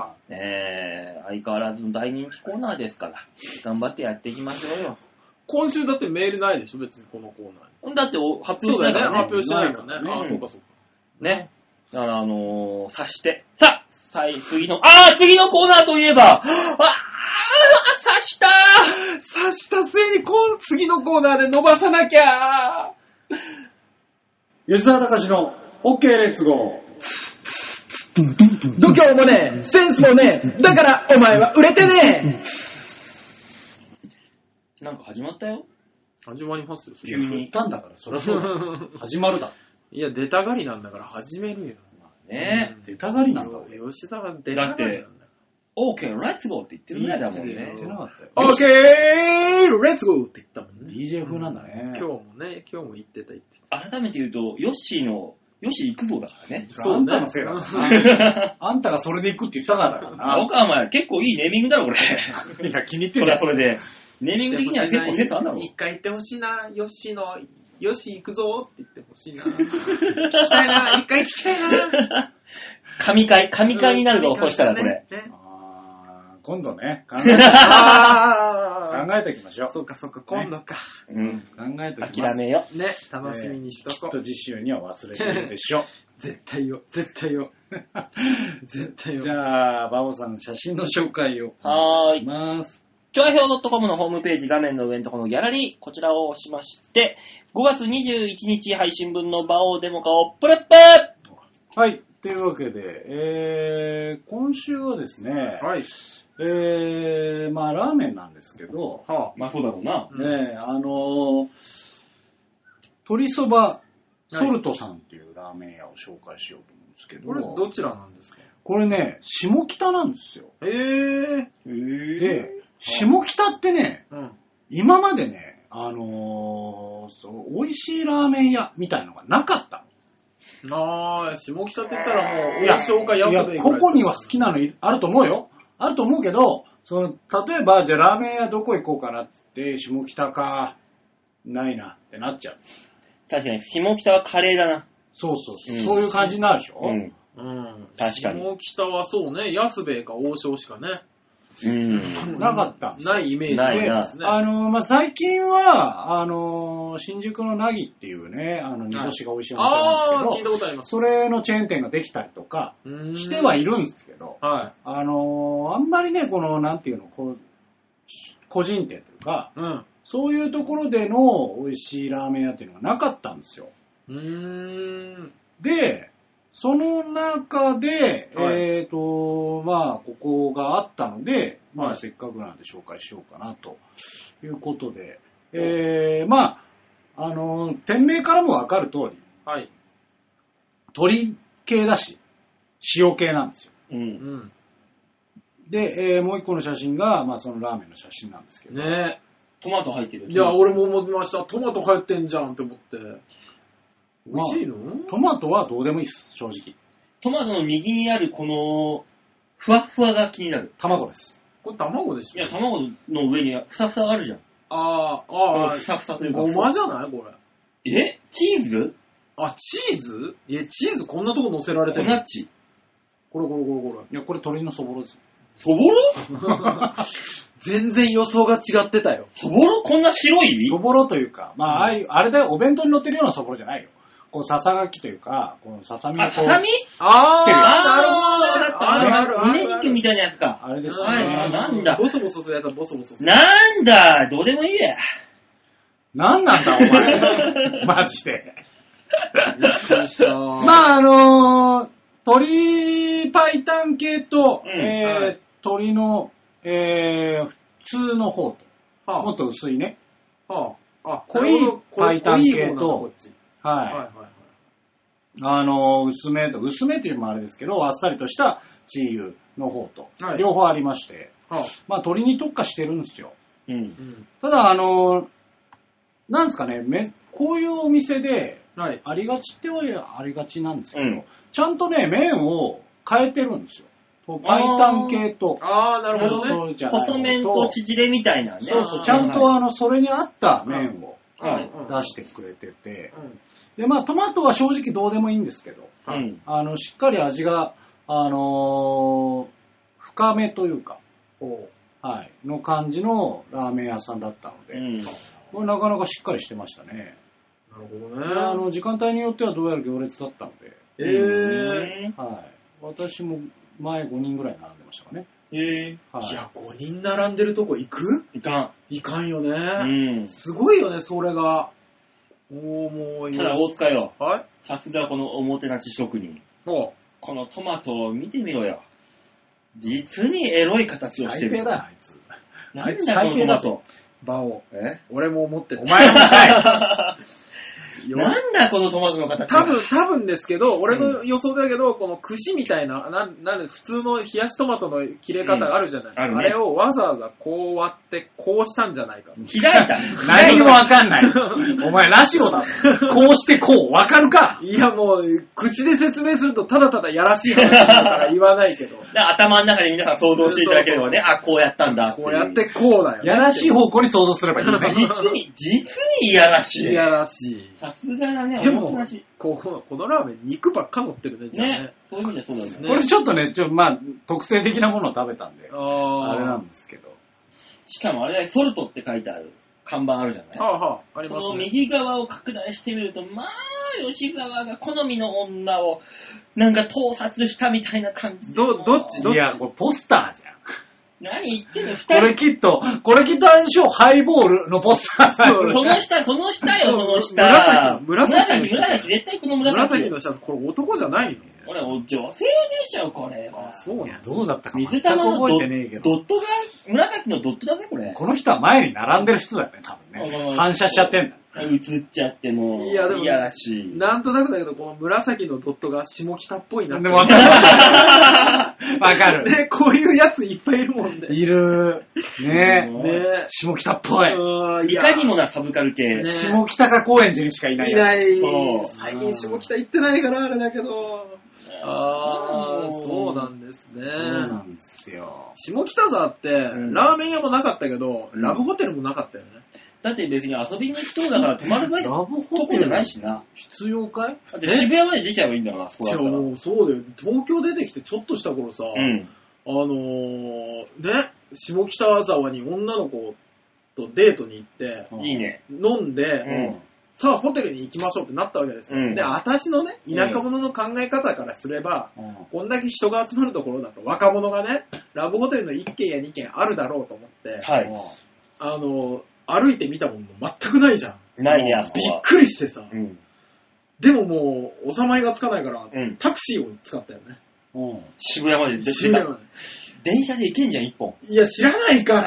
相変わらずの大人気コーナーですから、頑張ってやっていきましょうよ。 今週だってメールないでしょ、別にこのコーナー。 だって発表しないからね。 発表してないからね。ああ、そうかそうか。 ね。だから察して。さあ、次のコーナーといえば、察した末に次のコーナーで伸ばさなきゃ吉沢隆の OK レッツゴー。度胸もねえ、センスもねえ、だからお前は売れてねえ。なんか始まったよ。 始まりますよ。 急に言ったんだから、そりゃそうだ。始まるだ。 いや、出たがりなんだから始めるよ。 ね出たがりなんだ。 吉沢が出たがりなんだよ。 OK, let's go って言ってるぐらいだもんね。 言ってなかったよ。 OK, let's go って言ったもんね。 DJ 風なんだね。 今日も言ってた。 改めて言うと、ヨッシー行くぞだからね。 そう、あんたのせいだな。あんたがそれで行くって言ったからだからな。 お前結構いいネーミングだろ、これ。 いや、気に入ってるじゃん。 それで。ネーミング的には結構センスあんだろ。 一回言ってほしいな、ヨッシー行くぞって言ってほしいな。聞きたいな、一回聞きたいな。 神回になるぞ、そうしたらこれ。 今度ね、考えておきましょう。 そうか、今度か。 考えておきます。 諦めよ。 ね、楽しみにしとこう。 きっと次週には忘れてるでしょう。 絶対よ。 じゃあ、バボさんの写真の紹介をお願いします。 ちょいひょう .com のホームページ画面の上のところのギャラリー、こちらを押しまして、5月21日配信分のバオデモカをプレップ。 はい。というわけで、今週はですね、 はい。 まあ、ラーメンなんですけど、 まあそうだろうな。 鶏そばソルトさんっていうラーメン屋を紹介しようと思うんですけど、 これどちらなんですか？ これね、下北なんですよ。で、下北ってね、今までね、美味しいラーメン屋みたいのがなかったの。下北って言ったらもう、王将か安兵衛ぐらい。 ここには好きなのあると思うよ。あると思うけど、例えば、じゃあラーメン屋どこ行こうかなって、下北か、ないなってなっちゃう。 確かに、下北はカレーだな。 そう、そういう感じになるでしょ。 確かに。 下北はそうね、安兵衛か王将しかね。 なかった。 ないイメージですね。 まあ、最近は、新宿のなぎっていうね、煮干しが美味しいお店なんですけど、 聞いたことあります。 それのチェーン店ができたりとかしてはいるんですけど、あんまりね、なんていうの、個人店というか、そういうところでの美味しいラーメン屋っていうのがなかったんですよ。で、その中で、まあ、ここがあったので、まあ、せっかくなんで紹介しようかな、ということで、まあ、店名からもわかる通り、鶏系だし、塩系なんですよ。で、もう一個の写真が、まあ、そのラーメンの写真なんですけど。 ね。 トマト入ってる。 いや、俺も思いました。トマト入ってんじゃんって思って。美味しいの？ トマトはどうでもいいです、正直。 トマトの右にあるこの、ふわふわが気になる。 卵です。 これ卵でしょ？ いや、卵の上にふさふさがあるじゃん。ふさふさというか。 ごまじゃないこれ。チーズ？ チーズ？チーズこんなとこ乗せられてる。 粉っち。 これ。 いや、これ鶏のそぼろです。 そぼろ？ 全然予想が違ってたよ。 そぼろこんな白い？ そぼろというか、まあ、あれだよ、お弁当に乗ってるようなそぼろじゃないよ。 こう、ささがきというか、このささみをこう。 ささみある。 胸肉みたいなやつか。 あれですね。 なんだ。 ボソボソするやつはボソボソする。 なんだ、どうでもいいや。 なんなんだ、お前。マジで。 びっくりした。 まあ、鶏白湯系と、鶏の、普通の方と、もっと薄いね。濃い白湯系と、はい。薄めというのもあれですけど、あっさりとしたチー油の方と、両方ありまして、まあ鶏に特化してるんですよ。ただ、なんですかね、こういうお店で、ありがちってはありがちなんですけど、ちゃんとね、麺を変えてるんですよ。白湯系と。 なるほどね。 細麺と縮れみたいなね。 そう、ちゃんとそれに合った麺を出してくれてて、で、まあ、トマトは正直どうでもいいんですけど、しっかり味が、深めというか、の感じのラーメン屋さんだったので、これなかなかしっかりしてましたね。 なるほどね。 時間帯によってはどうやら行列だったので、私も前5人ぐらい並んでましたかね。 いや、5人並んでるとこ行く？ いかんよね。すごいよね、それが。 もうただ大塚よ。さすがこのおもてなし職人。このトマトを見てみろよ。実にエロい形をしてる。 最低だ、あいつ。 なんだこのトマト。 バオ。俺も思ってた。 お前もかい。 なんだこのトマトの形。 多分ですけど、俺の予想だけど、この串みたいな、なんで普通の冷やしトマトの切れ方があるじゃない。あれをわざわざこう割って、こうしたんじゃないか。 開いた。 何もわかんない。お前ラジオだ。こうしてこう、わかるか。 いやもう、口で説明するとただただやらしい話だから言わないけど。 頭の中で皆さん想像していただければね、こうやったんだ。 こうやってこうだよね。 やらしい方向に想像すればいいね。 実にいやらしい。 いやらしい。 さすがだね、 でも、このラーメン肉ばっか乗ってるね、じゃあね。 そういう意味でそうだね。 これちょっとね、まあ、特性的なものを食べたんで、あれなんですけど。 しかもあれだ、ソルトって書いてある看板あるじゃない。 ありますね。 この右側を拡大してみると、まあ、吉沢が好みの女を、なんか盗撮したみたいな感じ。 どっちいや、これポスターじゃん。 何言ってんの？ これきっとあれでしょ、ハイボールのポスター。 その下よ、その下。紫、絶対この紫の下、これ男じゃないの？ 俺、女性でしょ、これは。 そうや、どうだったか水玉のドットが、紫のドットだぜ、これ。 この人は前に並んでる人だよね、多分ね。反射しちゃってんだ。 映っちゃってもう、いやらしい。 なんとなくだけど、この紫のドットが下北っぽいなって。 でもわかる。 ね、こういうやついっぱいいるもんね。 いる。ね下北っぽい。 いかにもなサブカル系。 下北か高円寺にしかいない。 いない。最近下北行ってないからあれだけど。そうなんですね。 そうなんですよ。 下北沢って、ラーメン屋もなかったけど、ラブホテルもなかったよね。 だって別に遊びに行きそうだから泊まる場合とこじゃないしな。 必要かい？ だって渋谷まで出ちゃえばいいんだから、そこだったら。 そうだよ。東京出てきてちょっとした頃さ、下北沢に女の子とデートに行って、 いいね。 飲んで、さあホテルに行きましょうってなったわけですよ。で、私のね、田舎者の考え方からすれば、こんだけ人が集まるところだと若者がね、ラブホテルの1軒や2軒あるだろうと思って、歩いてみたものも全くないじゃん。 ないね、あそこは。 びっくりしてさ。でももう、収まりがつかないから、タクシーを使ったよね。 渋谷まで出てた。電車で行けんじゃん、一本。 いや、知らないから。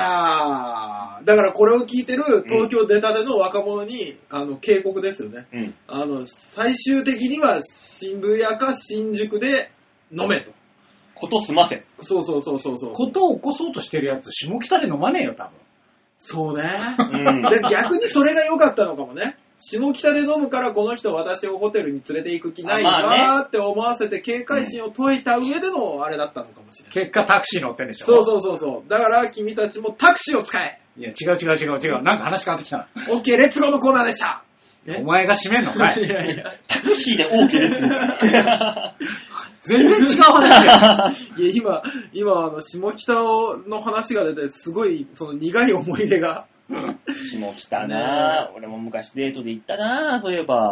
だからこれを聞いてる東京出たての若者に、警告ですよね。最終的には渋谷か新宿で飲めと。 こと済ませ。 そう。 ことを起こそうとしてるやつ、下北で飲まねえよ、多分。 そうね。で逆にそれが良かったのかもね。下北で飲むからこの人私をホテルに連れて行く気ないなーって思わせて警戒心を解いた上でのあれだったのかもしれない。 結果タクシー乗ってんでしょ。 そう。だから君たちもタクシーを使え。 いや、違う。なんか話変わってきたな。 オッケー、レッツゴーのコーナーでした。 お前が締めんのかい。 いや。 タクシーで OK ですよ。 全然違う話だよ。 いや、今下北の話が出て、すごい、その苦い思い出が。 下北なぁ。俺も昔デートで行ったなぁ、そういえば。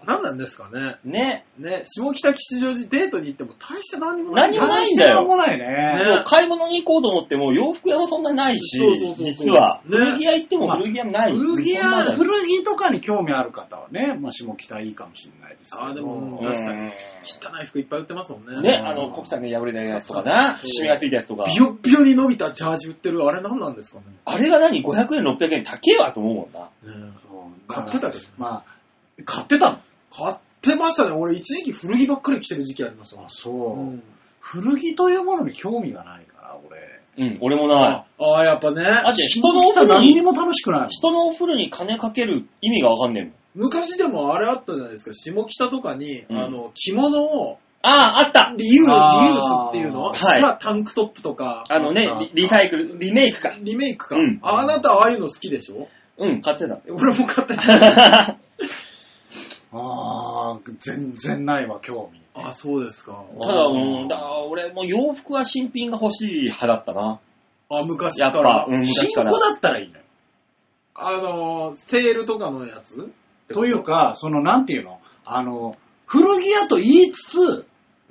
何なんですかね。 ね。 下北吉祥寺デートに行っても大して何もない。何もないんだよ。 何もないね。 買い物に行こうと思っても洋服屋もそんなないし、実は。古着屋行っても古着屋もないし。 古着とかに興味ある方はね、下北いいかもしれないですけど。 でも確かに。汚い服いっぱい売ってますもんね。 ね、国産で破れないやつとかな、シミがついたやつとか。 ビヨビヨに伸びたジャージ売ってる、あれ何なんですかね。 あれが何 ?500 円、600円高えわと思うもんな。 買ってたけど。 買ってたの？ 買ってましたね。俺一時期古着ばっかり着てる時期ありました。 そう。古着というものに興味がないから、俺。 俺もない。 やっぱね。 だって人のお風呂何にも楽しくない。 人のお風呂に金かける意味がわかんねえもん。 昔でもあれあったじゃないですか。下北とかに、着物を、 あったリユースっていうのはい。 タンクトップとか。 リサイクル、リメイクか。 リメイクか。あなたああいうの好きでしょ？ 買ってた。 俺も買ってた。 全然ないわ、興味。 そうですか。 ただ、俺も洋服は新品が欲しい派だったな。 昔から。 新古だったらいいのよ。セールとかのやつというか、なんていうの古着屋と言いつつ、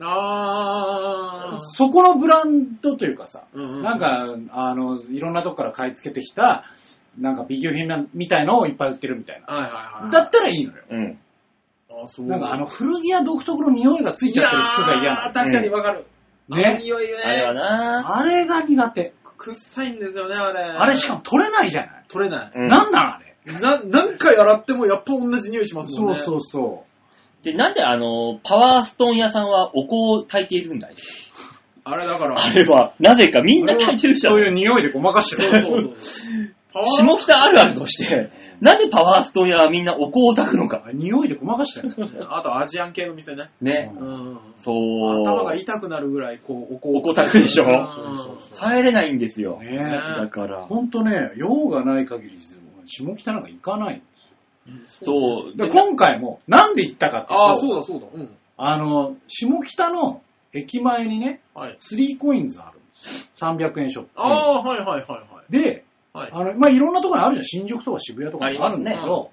そこのブランドというかさ、なんか、いろんなとこから買い付けてきた、なんか B 級品みたいのをいっぱい売ってるみたいな。だったらいいのよ。なんか古着屋独特の匂いがついちゃってる服が嫌なの。 確かにわかる。 ね。 匂いね。 あれはな。 あれが苦手。 臭いんですよね、あれ。 あれしかも取れないじゃない。 取れない。 なんなんあれ。 何回洗ってもやっぱ同じ匂いしますもんね。 そうで、なんでパワーストーン屋さんはお香を焚いているんだい？ あれだから。 あれは、なぜかみんな焚いてるじゃん。 そういう匂いでごまかしてる。そう下北あるあるとして、なんでパワーストーン屋はみんなお香を焚くのか。 匂いでごまかしてる。 あとアジアン系の店ね。 ね。そう。 頭が痛くなるぐらい、 お香焚くでしょ。入れないんですよ。 ね。 だから。 ほんとね、用がない限り、下北なんか行かないんですよ。 そう。 で今回も、なんで行ったかっていうと、 そうだ。 下北の駅前にね、3コインズあるんですよ。300円ショップ。 はい。 で、いろんなところにあるじゃん。新宿とか渋谷とかにあるんだけど、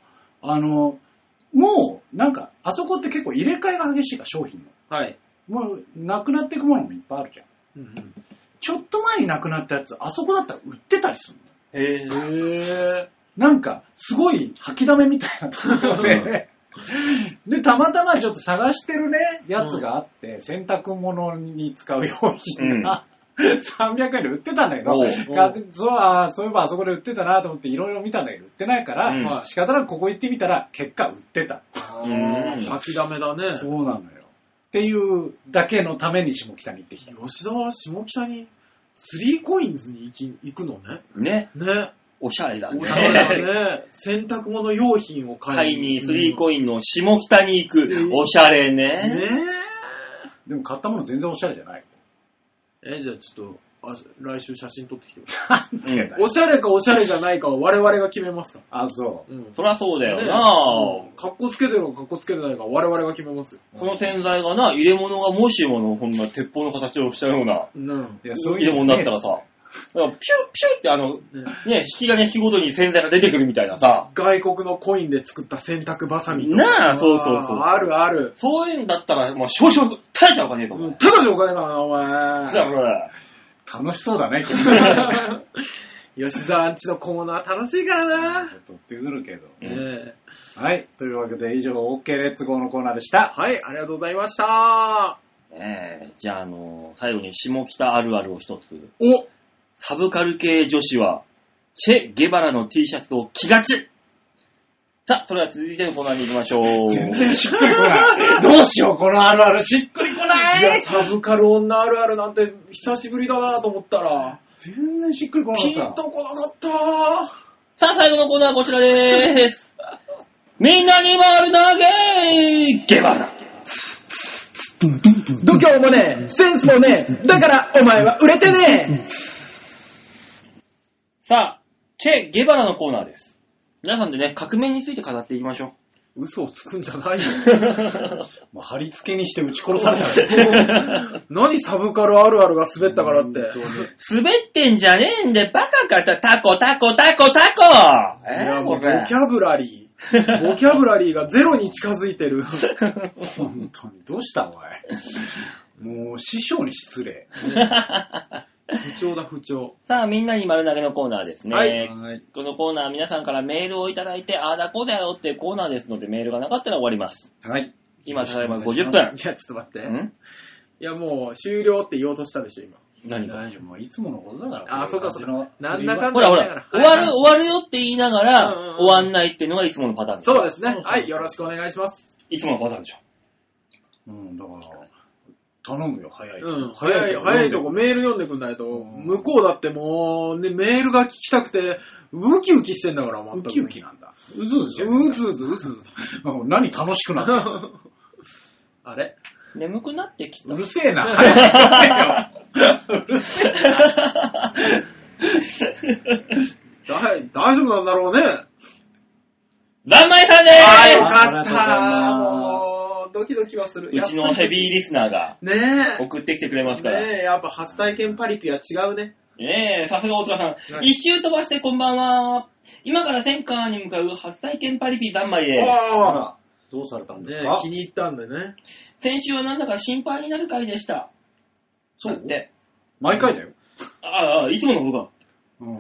もう、なんか、あそこって結構入れ替えが激しいから、商品の。 はい。 もう、なくなっていくものもいっぱいあるじゃん。ちょっと前になくなったやつ、あそこだったら売ってたりするの。 へぇー。 なんか、すごい吐きだめみたいなところで、で、たまたまちょっと探してるね、やつがあって、洗濯物に使う用品が、300円で売ってたんだけど、そういえばあそこで売ってたなと思っていろいろ見たんだけど売ってないから、仕方なくここ行ってみたら結果売ってた。 吐きだめだね。 そうなのよ。っていうだけのために下北に行ってきた。 吉田は下北に3コインズに行くのね。 ね。おしゃれだね。 おしゃれだね。洗濯物用品を買いに。 3コインの下北に行く。おしゃれね。 でも買ったもの全然おしゃれじゃない。 じゃあちょっと、来週写真撮ってきてください。おしゃれかおしゃれじゃないかは我々が決めますから。 そう。 そりゃそうだよな。 かっこつけてるかかっこつけてないかは我々が決めますよ。 この洗剤がな、入れ物がもしもこんな鉄砲の形をしたような、入れ物だったらさ、ピュッピュッって引き金引きごとに洗剤が出てくるみたいなさ。 外国のコインで作った洗濯バサミとか。なあ、そう。 ある。 そういうんだったら、もう少々、ただじゃお金と思う。 ただじゃお金かな、お前。 楽しそうだね、 吉沢んちのコーナー楽しいからな。 取ってくるけど。はい。というわけで、以上、OK レッツゴーのコーナーでした。 はい、ありがとうございました。 じゃあ、最後に下北あるあるを一つ。サブカル系女子は、チェ・ゲバラの T シャツを着がち。さあ、それでは続いてのコーナーに行きましょう。 全然しっくりこない。どうしよう、このあるあるしっくりこない。 いや、サブカル女あるあるなんて久しぶりだなと思ったら、 全然しっくりこなかった。 ピンとこなかった。 さあ、最後のコーナーはこちらでーす。みんなに丸投げゲバラ。 度胸もねえ、センスもねえ、だからお前は売れてねえ。 さあ、チェ・ゲバラのコーナーです。皆さんでね、革命について語っていきましょう。嘘をつくんじゃないよ。 もう貼り付けにして撃ち殺された。 何サブカルあるあるが滑ったからって。 滑ってんじゃねえんで、バカかタコ。 いや、もうボキャブラリー。 ボキャブラリーがゼロに近づいてる。 本当に。どうしたおい。もう師匠に失礼。 不調だ、不調。 さあ、みんなに丸投げのコーナーですね。 はい。 このコーナーは皆さんからメールをいただいて、ああだこうだよっていうコーナーですので、メールがなかったら終わります。 はい。 今、例えば50分。 いや、ちょっと待って。いや、もう終了って言おうとしたでしょ、今。 何か。 大丈夫。もういつものことだから。 あ、そうか、そうか。なんだかんだ。 ほら、終わるよって言いながら、終わんないっていうのがいつものパターンです。 そうですね。はい、よろしくお願いします。 いつものパターンでしょ。 だから、頼むよ、早い。 早いとこメール読んでくんないと、向こうだってもう、ね、メールが聞きたくて、ウキウキしてんだから、 ウキウキなんだ。 うずうず。 何楽しくなったあれ眠くなってきた。 うるせえな。早くうるせえな。 大丈夫なんだろうね。 ざんまいさんでーす。 よかった。もう、ドキドキはする。 うちのヘビーリスナーが、送ってきてくれますから。 ねえ、やっぱ初体験パリピは違うね。 ねえ、さすが大塚さん。一周飛ばしてこんばんは。今からセンカーに向かう初体験パリピざんまいです。 あら、どうされたんですか？ 気に入ったんでね。 先週はなんだか心配になる回でした。 そうって。 毎回だよ。 いつもの僕は。 うん。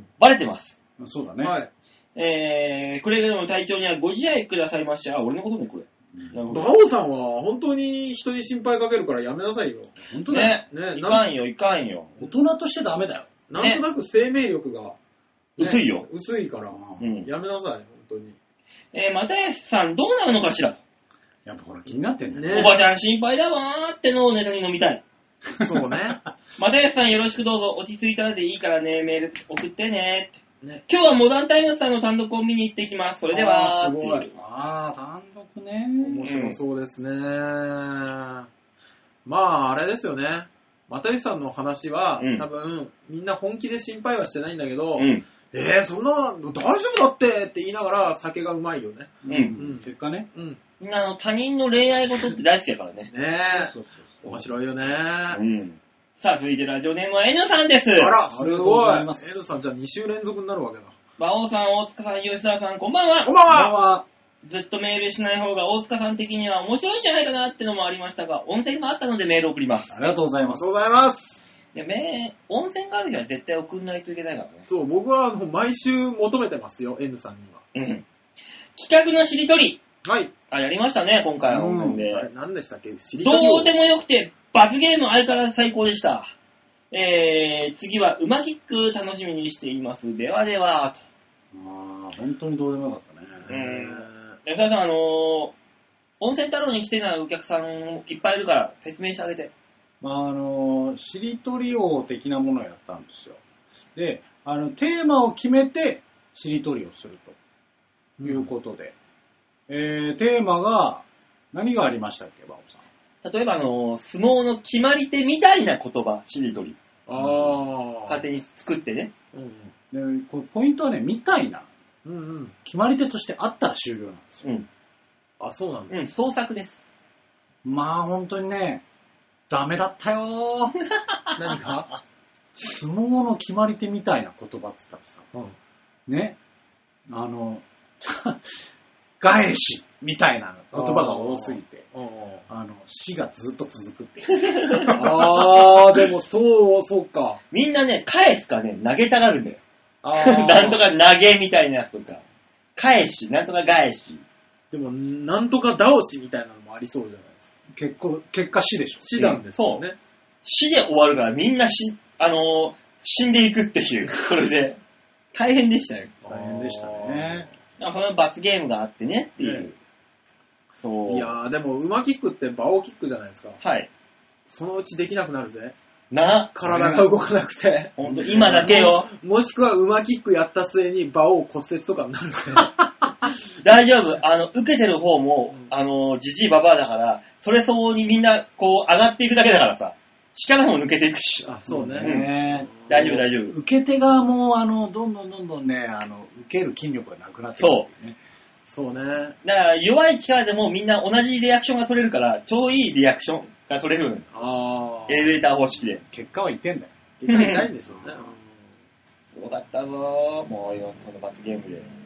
バレてます。 そうだね。 はい。 くれぐれも体調にはご自愛くださいまし。俺のことね、これ。 バオさんは本当に人に心配かけるからやめなさいよ。 本当だよ。 ね。いかんよ。大人としてダメだよ。 なんとなく生命力が、 薄いよ。 薄いから、やめなさい、本当に。 又吉さんどうなるのかしらと。 やっぱほら気になってんだね。おばちゃん心配だわーってのをネタに飲みたい。 そうね。 又吉さんよろしくどうぞ。落ち着いたらでいいからね、メール送ってね。今日はモダンタイムズさんの単独を見に行ってきます。それではすごい。 単独ね。 面白そうですね。まあ、あれですよね。又吉さんの話は、多分、みんな本気で心配はしてないんだけど、そんな、大丈夫だって言いながら酒がうまいよね。 結果ね。 みんな他人の恋愛事って大好きだからね。 ねえ。面白いよね。 さあ、続いてラジオネームは N さんです。 あら、すごい。N さんじゃあ2週連続になるわけだ。 馬王さん、大塚さん、吉沢さん、こんばんは。 こんばんは。 ずっとメールしない方が大塚さん的には面白いんじゃないかなってのもありましたが、温泉があったのでメールを送ります。 ありがとうございます。 ありがとうございます。 温泉がある日は絶対送んないといけないからね。 そう、僕は毎週求めてますよ、N さんには。 企画のしりとり。 はい。 やりましたね、今回は温泉で。 あれ、何でしたっけ？しりとり。 どうでもよくて、罰ゲーム相変わらず最高でした。次は馬キック楽しみにしています。ではでは、と。 本当にどうでもよかったね。 吉田さん、温泉太郎に来てないお客さんいっぱいいるから説明してあげて。 しりとり王的なものをやったんですよ。で、テーマを決めてしりとりをするということで、テーマが何がありましたっけ、バオさん。 例えば相撲の決まり手みたいな言葉、しりとり。勝手に作ってね。 でポイントはね、みたいな。決まり手としてあったら終了なんですよ。 あ、そうなんだ。 創作です。 まあ本当にね、ダメだったよー。 何か相撲の決まり手みたいな言葉っつったらさ、ね、返しみたいな言葉が多すぎて、死がずっと続くっていう。 でもそうか。 みんなね、返すかね、投げたがるんだよ。なんとか投げみたいなやつとか、返し、なんとか返し。 でも、なんとか倒しみたいなのもありそうじゃないですか。 結果死でしょ。 死なんですよね。 死で終わるからみんな死んでいくっていう。これで。大変でしたよ。 大変でしたね。 その罰ゲームがあってねっていう。そう。 いやー、でも、馬キックって馬王キックじゃないですか。 はい。 そのうちできなくなるぜ。 体が動かなくて。 ほんと、今だけよ。 もしくは馬キックやった末に馬王骨折とかになるぜ。 大丈夫。受けてる方も、じじいばばあだから、それ相応にみんな、こう、上がっていくだけだからさ。力も抜けていくし。 そうね。 大丈夫、大丈夫。 受け手側も、どんどんね、受ける筋力がなくなってくる、ね。 そうね。 だから、弱い力でもみんな同じリアクションが取れるから、超いいリアクションが取れる。エレベーター方式で。 結果は言ってんだよ。 結果痛いんでしょうね。 すごかったぞー。もう、その罰ゲームで。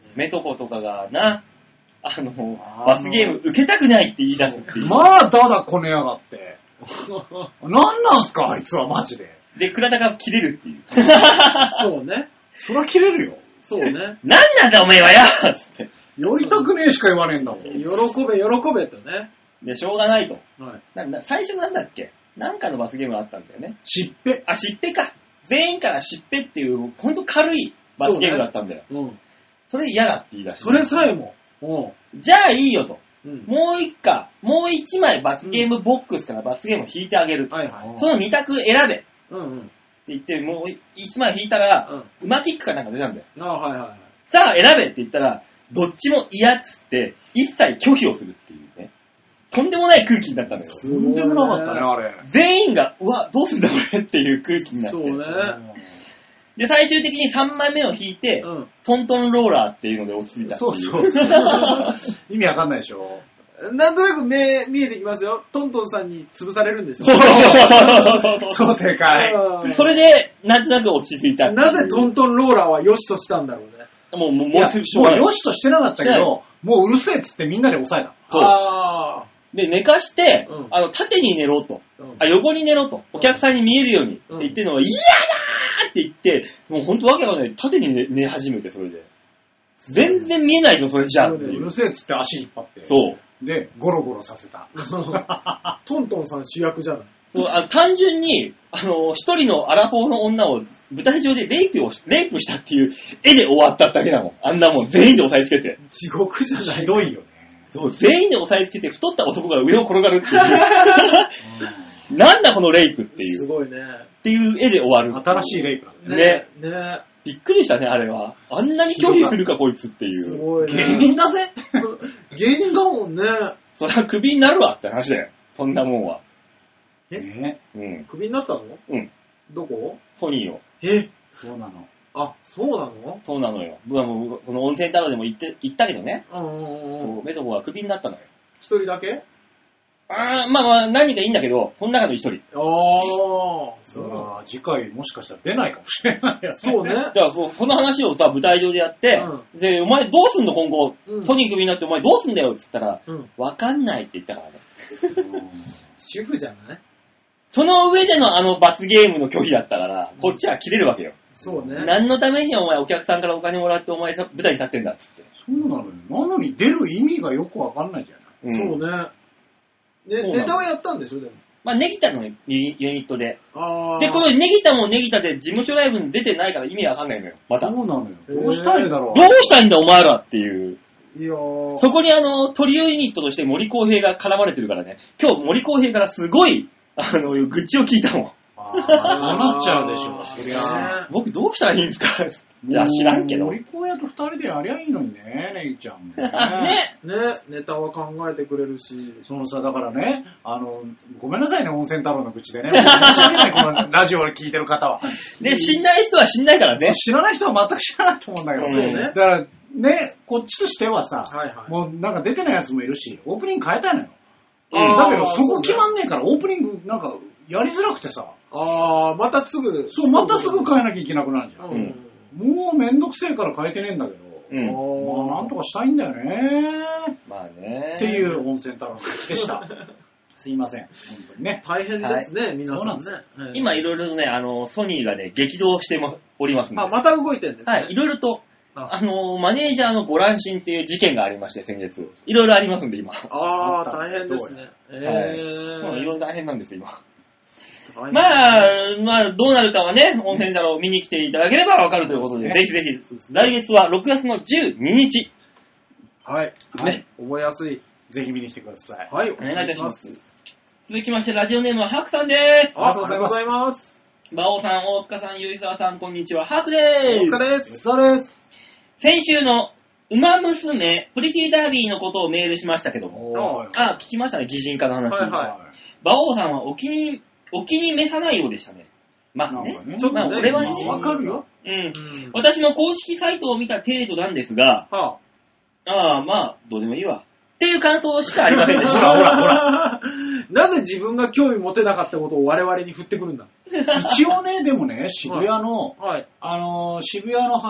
メトコとかがな、罰ゲーム受けたくないって言い出すっていう。 まあ、だだこねやがって。なんなんすか、あいつはマジで。 で、倉田が切れるっていう。 そうね。 そら切れるよ。 そうね。 なんなんだおめえはよつって。 やりたくねえしか言わねえんだもん。 喜べとね。 で、しょうがないと。 はい。 最初なんだっけなんかの罰ゲームがあったんだよね。 しっぺ。 あ、しっぺか。全員からしっぺっていう、ほんと軽い罰ゲームだったんだよ。 うん。 それ嫌だって言い出して。 それさえも。 じゃあいいよと。 うん、 もう一枚罰ゲームボックスから罰ゲームを引いてあげる。はいはい。その2択選べ。うんうん。って言って、もう1枚引いたら、馬キックかなんか出たんだよ。 あはいはいはい。 さあ選べって言ったら、どっちも嫌っつって、一切拒否をするっていうね。とんでもない空気になったんだよ。 とんでもなかったね、あれ。 全員が、うわ、どうすんだこれっていう空気になって。 そうね。 で、最終的に3枚目を引いて、トントンローラーっていうので落ち着いた。 そう。意味わかんないでしょ。 なんとなく見えてきますよ。トントンさんに潰されるんでしょ。 そう正解。 それで、なんとなく落ち着いた。 なぜトントンローラーは良しとしたんだろうね。 もう良しとしてなかったけど、もううるせえっつってみんなで抑えた。 そう。で、寝かして、縦に寝ろと。横に寝ろと。お客さんに見えるようにって言ってるのは、嫌だーって言って、もうほんとわけわかんない。縦に寝始めて、それで。全然見えないぞ、それじゃあ。うるせえっつって足引っ張って。 そう。 で、ゴロゴロさせた。 トントンさん主役じゃない。 単純に、一人のアラフォーの女を舞台上でレイプしたっていう絵で終わっただけなの。あんなもん全員で押さえつけて。 地獄じゃない。 ひどいよね。 そう、全員で押さえつけて太った男が上を転がるっていう。なんだこのレイプっていう。 すごいね。 っていう絵で終わる。 新しいレイプだね。ね。びっくりしたね、あれは。あんなに拒否するか、こいつっていう。 すごいね。 芸人だぜ。 芸人だもんね。 そりゃクビになるわって話だよ。そんなもんは。 ね。 うん。クビになったの？ うん。 どこ？ ソニーを。 そうなの。 あ、そうなの？ そうなのよ。僕はもう、この温泉太郎でも行ったけどね。そう、メトコはクビになったのよ。 一人だけ？ まあ、何人かいいんだけど、この中の一人。 そう。次回もしかしたら出ないかもしれないよね。 そうね。 だからこの話をさ、舞台上でやって、で、お前どうすんの今後、ソニークビになってお前どうすんだよって言ったら、わかんないって言ったからね。 主婦じゃない？ その上での罰ゲームの拒否だったから、こっちは切れるわけよ。 そうね。 何のためにお前お客さんからお金もらってお前舞台に立ってんだっつって。 そうなのよ。なのに出る意味がよくわかんないじゃない。 そうね。ネタはやったんでしょ、でも。 まあ、ネギタのユニットで。で、このネギタもネギタで事務所ライブに出てないから意味わかんないのよ、また。 そうなのよ。どうしたいんだろう。 どうしたいんだお前らっていう。 いやー。 そこにトリオユニットとして森公平が絡まれてるからね。今日森公平からすごい、愚痴を聞いたもん。 そうなっちゃうでしょ、そりゃ。 僕どうしたらいいんですかいや、知らんけど。 森公平と二人でやりゃいいのにね、ネギちゃん。 ね。 ネタは考えてくれるし。 そのさ、だからね、ごめんなさいね、温泉太郎の愚痴でね。申し訳ない、このラジオを聞いてる方は。 で、知んない人は知んないからね。 知らない人は全く知らないと思うんだけど。そうね。だから、ね、こっちとしてはさ、もうなんか出てないやつもいるし、オープニング変えたいのよ。だけど、そこ決まんねえから、オープニングなんかやりづらくてさ。 またすぐ。 そう、またすぐ変えなきゃいけなくなるじゃん。もうめんどくせえから変えてねえんだけど、まあなんとかしたいんだよね。 まあね。 っていう温泉太郎の口でした。すいません、本当にね。 大変ですね、皆さんね。 今いろいろね、ソニーがね、激動しておりますんで。 また動いてるんですね。 はい、いろいろと。マネージャーのご乱心っていう事件がありまして、先月。いろいろありますんで、今。 大変ですね。 いろいろ大変なんですよ、今。まあ、どうなるかはね、温泉太郎を見に来ていただければわかるということで、ぜひぜひ、来月は6月の12日。 はい。ね、覚えやすい。 ぜひ見に来てください。 はい、お願いいたします。 続きまして、ラジオネームはハクさんです。 ありがとうございます。 馬王さん、大塚さん、ゆいさわさん、こんにちは。ハクでーす。 大塚です。 ゆいさわです。 先週の、馬娘、プリティダービーのことをメールしましたけども。聞きましたね、擬人化の話。馬王さんはお気に召さないようでしたね。まあね。 ちょっとね、 俺はね、 わかるよ。 私の公式サイトを見た程度なんですが、まあ、どうでもいいわ。っていう感想しかありませんでした。 ほら。 なぜ自分が興味持てなかったことを我々に振ってくるんだ。 一応ね、でもね、渋谷の、渋谷の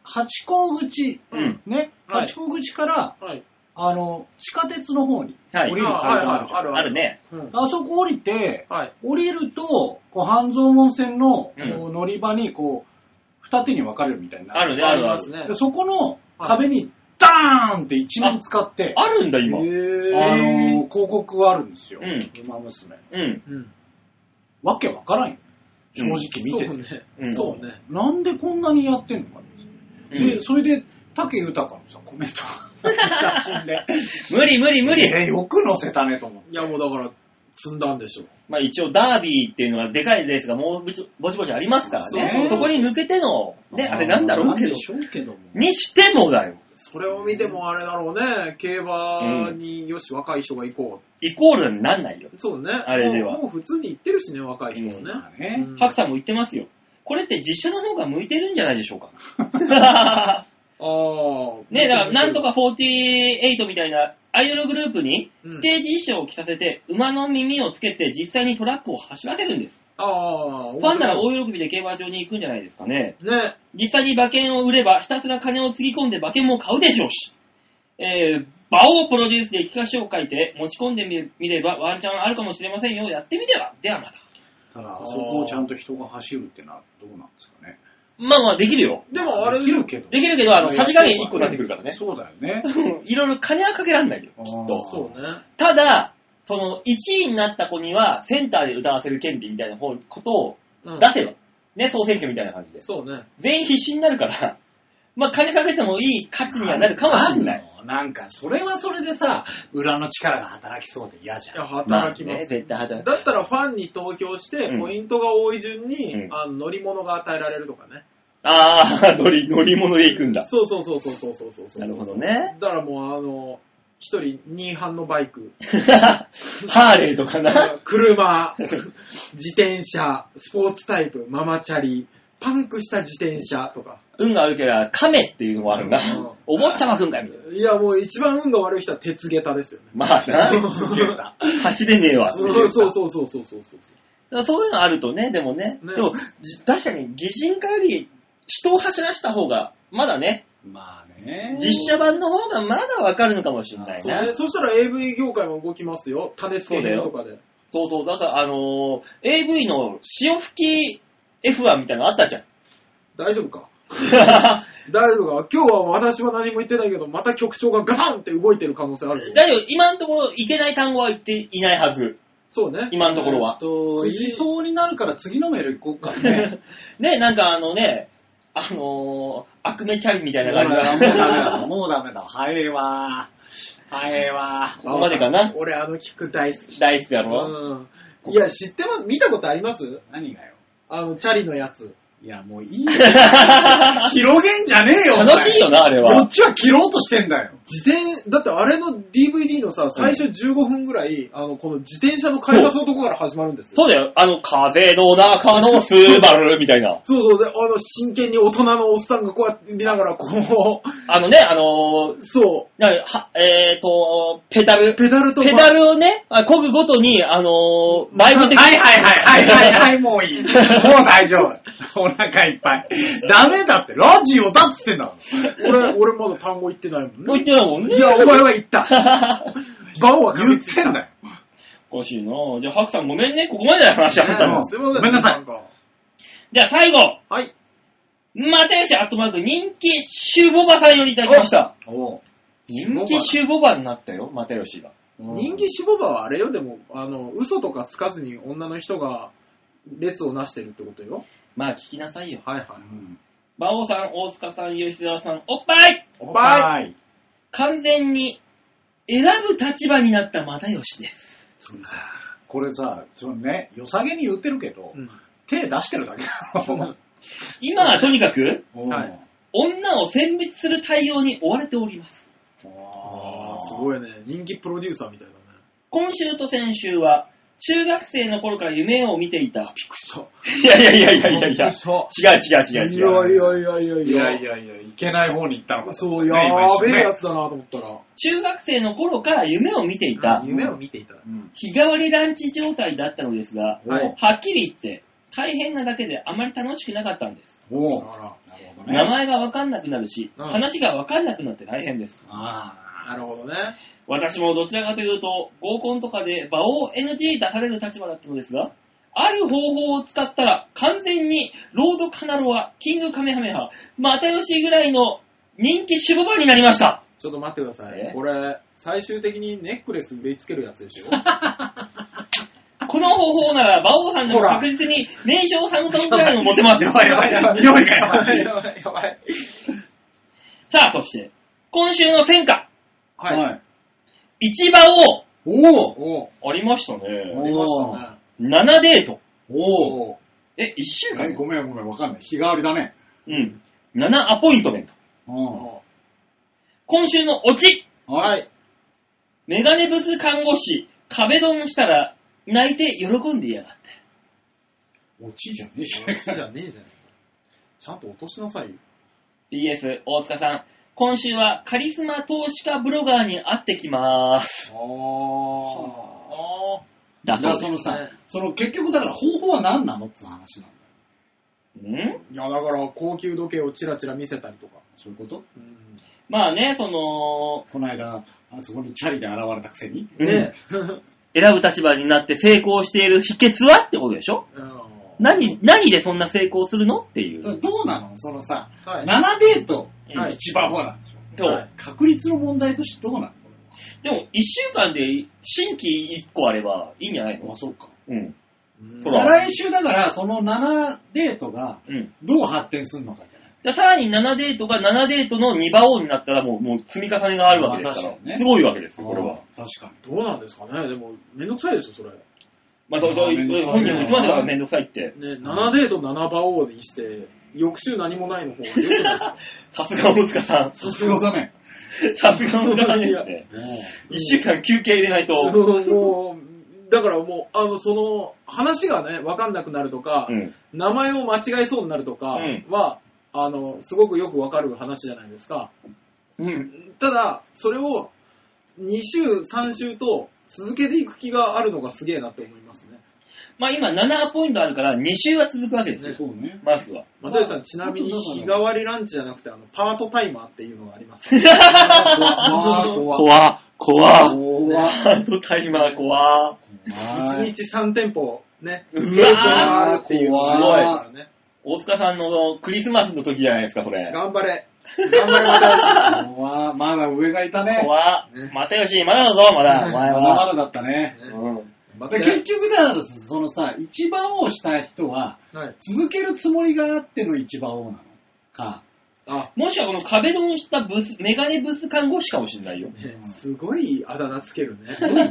八甲口、ね、八甲口から、地下鉄の方に降りる階段あるね。 あそこ降りて、降りると、半蔵門線の乗り場に、二手に分かれるみたいな。 あるね、ありますね。 でそこの壁に、ダーンって一面使って、 あるんだ、今。 広告があるんですよ。ウマ娘。わけわからんよ。正直見てて。 そうね。 なんでこんなにやってんのか。で、それで、武豊のさ、コメント写真で。 無理。 よく載せたねと思って。 いや、もうだから、積んだんでしょう。 まあ一応ダービーっていうのがでかいレースがもうぼちぼちありますからね。そこに向けての、ね、あれなんだろうけど。にしてもだよ。 それを見てもあれだろうね。競馬によし若い人が行こう。 イコールになんないよ。 そうね。 あれでは。 もう普通に行ってるしね、若い人はね。 ハクさんも言ってますよ。これって実写の方が向いてるんじゃないでしょうか。ね、だからなんとか48みたいなアイドルグループにステージ衣装を着させて、馬の耳をつけて実際にトラックを走らせるんです。ファンなら大喜びで競馬場に行くんじゃないですかね。実際に馬券を売ればひたすら金をつぎ込んで馬券も買うでしょうし。馬王プロデュースで企画書を書いて持ち込んでみればワンチャンあるかもしれませんよ。やってみては。ではまた。 ただ、そこをちゃんと人が走るってのはどうなんですかね。 まあできるよ。 でもあれできるけど、 さじ加減1個になってくるからね。 そうだよね。 いろいろ金はかけらんないよ、きっと。 そうね。 ただ、その1位になった子にはセンターで歌わせる権利みたいなことを出せば、ね、総選挙みたいな感じで。 そうね。 全員必死になるから、まあ金かけてもいい価値にはなるかもしれない。 なんか、それはそれでさ、裏の力が働きそうで嫌じゃん。 いや、働きます。 ね、絶対働く。 だったらファンに投票して、ポイントが多い順に、乗り物が与えられるとかね。 乗り物で行くんだ。 そう。 なるほどね。 だからもう、一人2班のバイク。 ハーレーとかな。 車、自転車、スポーツタイプ、ママチャリ、パンクした自転車とか。 運が悪ければ亀っていうのもあるな。お坊ちゃまくんかいみたいな。 いや、もう一番運が悪い人は鉄下駄ですよね。 まあな。走れねえわ。 そう。 そういうのあるとね、でもね。でも、確かに擬人化より人を走らせた方が、まだね。 まあね。 実写版の方がまだわかるのかもしれないな。 そしたら AV 業界も動きますよ。種付けとかで。 そう。だから、AV の潮吹き F1 みたいなのあったじゃん。 大丈夫か大丈夫か今日は私は何も言ってないけど、また局長がガタンって動いてる可能性あるよ。 だけど、今のところいけない単語は言っていないはず。 そうね。 今のところは。 言いそうになるから次のメール行こうかね。 ね、なんか悪名チャリみたいな感じだ。もうダメだ。早いわ。 ここまでかな。 俺曲大好き。 大好きやろ。 いや、知ってます？見たことあります？ 何がよ。 チャリのやつ。 いや、もういいよ。広げんじゃねえよ。 楽しいよな、あれは。 こっちは切ろうとしてんだよ。 だってあれの DVD のさ、最初15分ぐらい、この自転車の開発のとこから始まるんですよ。 そうだよ。風の中のスーバルみたいな。 そう。で、真剣に大人のおっさんがこうやって見ながら、こう。そう。 ペダルをね、漕ぐごとに、バイブ的に。 はい、もういい。もう大丈夫。お腹いっぱい。ダメだって、ラジオだっつってんだ。 俺まだ単語言ってないもんね。 言ってないもんね。 いや、お前は言った。バオは言ってんだよ。 おかしいなぁ。じゃあ、ハクさんごめんね。ここまでだよ、話し合ったの。 すいません。 ごめんなさい。 じゃあ、最後。 はい。 またよし、人気シュボバさんよりいただきました。人気シュボバになったよ、またよしが。 人気シュボバはあれよ、でも、嘘とかつかずに女の人が列をなしてるってことよ。 まあ、聞きなさいよ。 はい。 馬王さん、大塚さん、吉沢さん、おっぱい完全に選ぶ立場になった又吉です。 これさ、良さげに言ってるけど、手出してるだけだろ。 今はとにかく、女を選別する対応に追われております。 すごいね。人気プロデューサーみたいだね。 今週と先週は、中学生の頃から夢を見ていた。びっくりした。 いや。違う。 いや、 いけない方に行ったのか。 そう、やべえやつだなと思ったら。 中学生の頃から夢を見ていた。 夢を見ていた。 日替わりランチ状態だったのですが、はっきり言って、 大変なだけであまり楽しくなかったんです。 おお。 あら、 なるほどね。 名前がわかんなくなるし、 うん話がわかんなくなって大変です。 あなるほどね。 私もどちらかというと、合コンとかで場を NG 出される立場だったのですが、ある方法を使ったら完全にロードカナロア、キングカメハメハ、又吉ぐらいの人気守護場になりました。 ちょっと待ってください。 えこれ、最終的にネックレス売りつけるやつでしょこの方法なら、馬王さんでも確実に名称サムソンぐらいの持てます。 やばいやばいやばい。匂いがやばい。 やばいやばい。 さあ、そして、今週の戦果。 はい。 はい。 一馬王。 おお。 ありましたあね。 りましたね。 7デート。 おお。 1週間ごめん、わかんない。日替わりだね。 うん。7アポイントメント。 う今週のオチ。 ん。はい。 メガネブス看護師、壁ドンしたら、泣いて喜んでやがって。 オチじゃねえじゃじゃねえじゃねえ。ちゃんと落としなさいよ。 BS、大塚さん。今週はカリスマ投資家ブロガーに会ってきまーす。だじゃあそうです。 その結局だから方法は何なのって話なんだよ。 んいや、だから高級時計をチラチラ見せたりとか。 そういうこと？ まあね、 この間、あそこにチャリで現れたくせに。 ね選ぶ立場になって成功している秘訣はってことでしょ？何でそんな成功するのっていう。 どうなのそのさ、 はい 7デート、 はい一番方なんでしょ。 そう確率の問題としてどうなの？ でも、1週間で新規1個あればいいんじゃないの？ そうか。 うん。 うんそうだ来週だからその7デートがうん。 どう発展するのかじゃない。 でさらに7デートが7デートの2馬王になったらもう積み重ねがあるわけですから。 まあ確かにねすごいわけですよ、これは。 確かに。 どうなんですかね。でも、めんどくさいでしょ、それ。 まあ、そう、 めんどくさいね本人も言ってますからめんどくさいって。 ね、7デート7馬王にして、翌週何もないの方がよくないですか？ さすが大塚さん。 さすがだね。 さすが大塚さんですね。1週間休憩入れないと。 もう、だからもう、その、話がね、わかんなくなるとか、 うん。 名前を間違えそうになるとかは、すごくよくわかる話じゃないですか。 うん。 ただ、それを2週、3週と続けていく気があるのがすげえなって思いますね。 まあ今7ポイントあるから2週は続くわけですよ。 そうね。 まずは。 又吉さん、ちなみに日替わりランチじゃなくて、パートタイマーっていうのがあります。 怖怖ハートタイマー怖 1日3店舗ね。 うわーっていうのがあるからね。 大塚さんのクリスマスの時じゃないですか、それ。 頑張れ。頑張れ、又吉。 まだ上がいたね。 怖ね又吉、まだだぞ、まだ。お前まだまは。 だだったね。 うん。 で結局だからそのさ、一番王した人は、 はい。 続けるつもりがあっての一番王なのか。 もしくはこの壁ドンしたメガネブス看護師かもしれないよ。 すごいあだ名つけるね。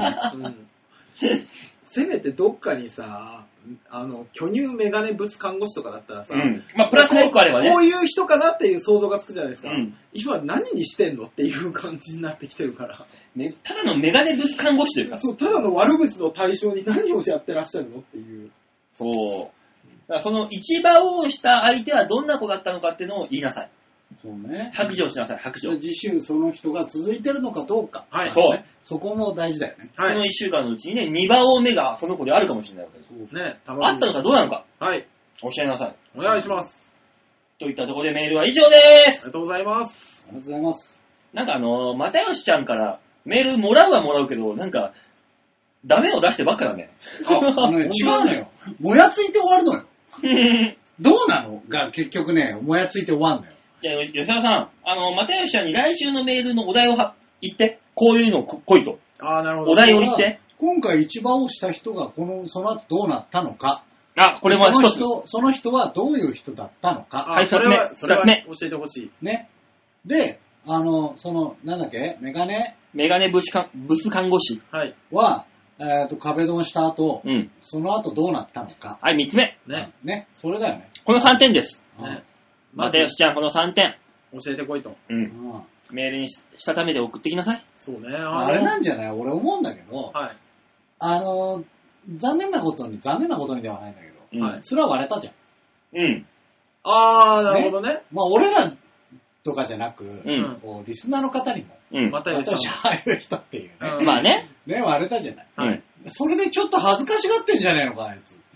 せめてどっかにさ、巨乳メガネブス看護師とかだったらさ、 まあプラスもう一個あればね。 こういう人かなっていう想像がつくじゃないですか。 うん今何にしてんのっていう感じになってきてるから。 ただのメガネブス看護師ですから。 そう、ただの悪口の対象に何をやってらっしゃるのっていう。 そう。だからその一番をした相手はどんな子だったのかっていうのを言いなさい。 そうね。 白状しなさい、白状。 次週その人が続いてるのかどうか。 はい。 そう。 そこも大事だよね。 この1週間のうちにね、2番目がその子であるかもしれないわけです。 ね、たあったのかどうなのか、 はい。 教えなさい。 お願いします。 といったところでメールは以上です。 ありがとうございます。 ありがとうございます。 なんか又吉ちゃんからメールもらうはもらうけど、なんか、ダメを出してばっかだね。 違うのよ。もやついて終わるのよ。どうなのが結局ね、もやついて終わるのよ。 じゃあ、吉田さん、又吉ちゃんに来週のメールのお題を言って。こういうの来いと。 なるほど。 お題を言って。 今回一番をした人がその後どうなったのか。 これも一つ。 その人はどういう人だったのか。 はい、 それは二つ目。 教えてほしい。 ね。で、なんだっけメガネブス看護師。 はい。 は、壁ドンした後、 うん。 その後どうなったのか。 はい、3つ目。 ね。 ね。それだよね。 この3点です。 ね。 又吉ちゃん、この3点。 教えてこいと。 メールにしたためて送ってきなさい。 そうね。 あれなんじゃない俺思うんだけど、 はい。 残念なことにではないんだけど、 はい。 面割れたじゃん。 うん。 なるほどね。 まあ、俺らとかじゃなく、 うん。 リスナーの方にも、 又吉さん。 ああいう人っていうね。 まあね。 ね、割れたじゃない。 はい。 それでちょっと恥ずかしがってんじゃねえのか、あいつ。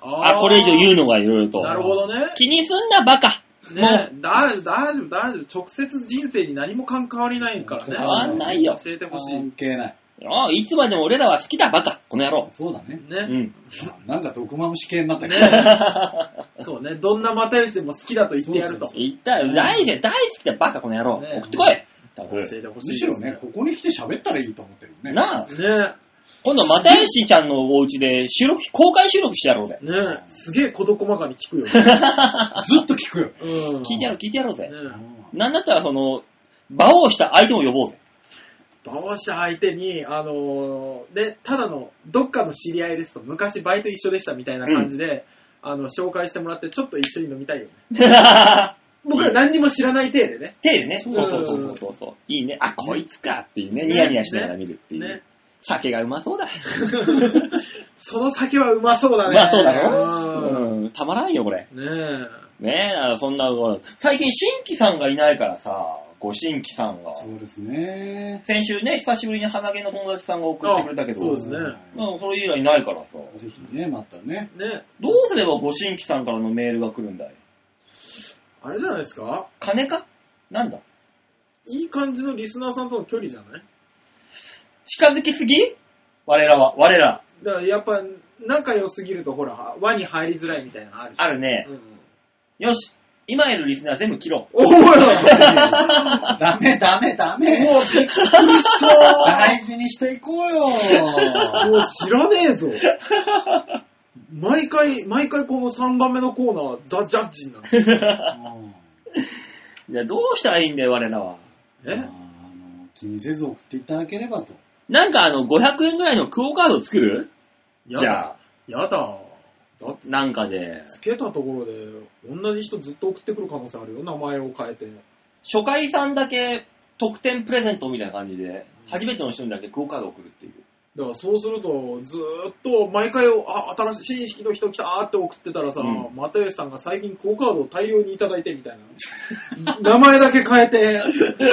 これ以上言うのがいろいろと。 なるほどね。 気にすんな、バカ。 ね、大丈夫。直接人生に何も関わりないからね。 変わんないよ。 教えてほしい。 関係ない。 いつまでも俺らは好きだ、バカ。この野郎。 そうだね。 ね。 なんか毒まむし系になったけど。そうね。どんな又吉でも好きだと言ってやると。 言ったよ。大好きだ、バカ、この野郎。送ってこい。 教えてほしい。 むしろね、ここに来て喋ったらいいと思ってるね。 なあ。 ね。 今度、又吉ちゃんのお家で公開収録してやろうぜ。 ね。すげえ事細かに聞くよ。 ずっと聞くよ。 聞いてやろうぜ。なんだったら、場をした相手も呼ぼうぜ。 場をした相手に、ただの、どっかの知り合いですと、昔バイト一緒でしたみたいな感じで、紹介してもらって、ちょっと一緒に飲みたいよね。僕ら何にも知らない体でね。 体でね。そう。いいね。こいつかっていうね、ニヤニヤしながら見るっていう。ね。酒がうまそうだ。 その酒はうまそうだね。 うまそうだろ。たまらんよ、これ。ねえ、そんな、最近新規さんがいないからさ、ご新規さんが。 そうですね。 先週ね、久しぶりに鼻毛の友達さんが送ってくれたけど。 そうですね。 それ以来ないからさ。 ぜひね、またね。 どうすればご新規さんからのメールが来るんだい？ あれじゃないですか？ 金か？なんだ？ いい感じのリスナーさんとの距離じゃない？ 近づきすぎ？我ら。 だからやっぱ仲良すぎるとほら、輪に入りづらいみたいなのあるじゃん。 あるね。よし。今いるリスナー全部切ろう。 おいダメ。 もうびっくりした。 大事にしていこうよ。 もう知らねえぞ。毎回この3番目のコーナー、ザ・ジャッジになる。 いや、どうしたらいいんだよ、我らは。 気にせず送っていただければと。 なんか500円ぐらいのクオカード作る？じゃあ。 やだ。だってなんかで。 つけたところで、同じ人ずっと送ってくる可能性あるよ、名前を変えて。 初回さんだけ特典プレゼントみたいな感じで、初めての人にだけクオカードを送るっていう。 だからそうすると、ずーっと毎回、新しい新式の人来たーって送ってたらさ、又吉さんが最近クオカードを大量にいただいてみたいな。名前だけ変えて、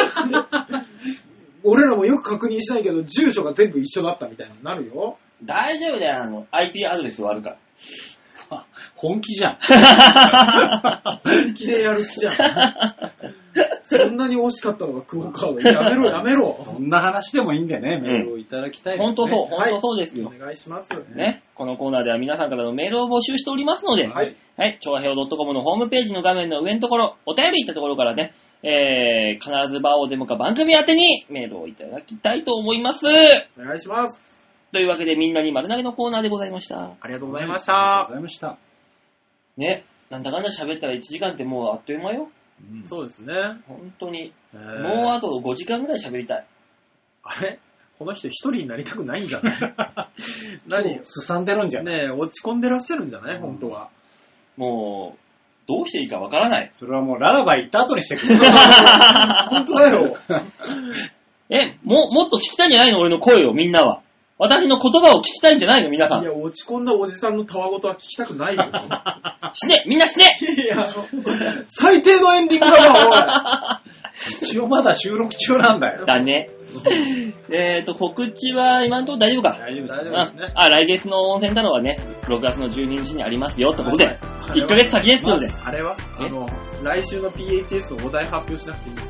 俺らもよく確認しないけど、住所が全部一緒だったみたいになるよ。 大丈夫だよ、IP アドレスはあるから。 本気じゃん。 本気でやる気じゃん。そんなに惜しかったのがクオカード。やめろ。 そんな話でもいいんでね、メールをいただきたいですね。 本当そうですよ。 お願いします。 ね。このコーナーでは皆さんからのメールを募集しておりますので、はい。調和平和 .com のホームページの画面の上のところ、お便り行ったところからね、必ず場をデモか番組宛てにメールをいただきたいと思います。 お願いします。 というわけでみんなに丸投げのコーナーでございました。 ありがとうございました。 ありがとうございました。 ね。なんだかんだ喋ったら1時間ってもうあっという間よ。 そうですね。 本当に。もうあと5時間ぐらい喋りたい。 あれこの人一人になりたくないんじゃない何すさんでるんじゃない？ ねえ、落ち込んでらっしゃるんじゃない本当は。 もう、どうしていいかわからない。 それはもうララバイ行った後にしてくれ。 本当だよ。 もっと聞きたいんじゃないの俺の声をみんなは。私の言葉を聞きたいんじゃないの皆さん。 いや、落ち込んだおじさんのたわごとは聞きたくないよ。 みんな死ねいや、最低のエンディングだわ、 おい。一応まだ収録中なんだよ。 だね。告知は今のところ大丈夫か？ 大丈夫ですね。 来月の温泉太郎はね、6月の12日にありますよってことで、1ヶ月先ですので。 あれは来週の PHS のお題発表しなくていいです。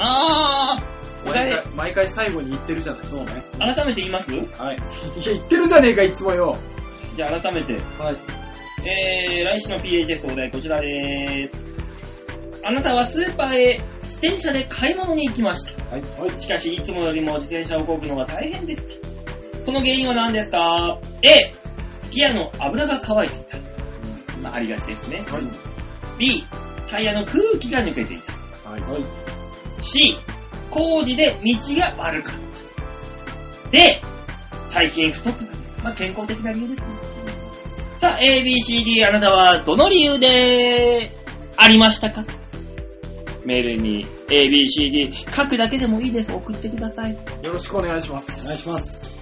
毎回最後に言ってるじゃないですか。 改めて言います？はい。 いや、言ってるじゃねえか、いつもよ。 じゃあ改めて。はい。来週の PHS お題こちらでーす。あなたはスーパーへ自転車で買い物に行きました。はい。しかし、いつもよりも自転車を漕ぐのが大変です。その原因は何ですか？ A、ギアの油が乾いていた。まあ、ありがちですね。はい。B、タイヤの空気が抜けていた。はい。C、工事で道が悪かった。で、最近太くなる。まあ、健康的な理由ですね。さあ、ABCD あなたはどの理由でありましたか？メールに ABCD 書くだけでもいいです。送ってください。 よろしくお願いします。 お願いします。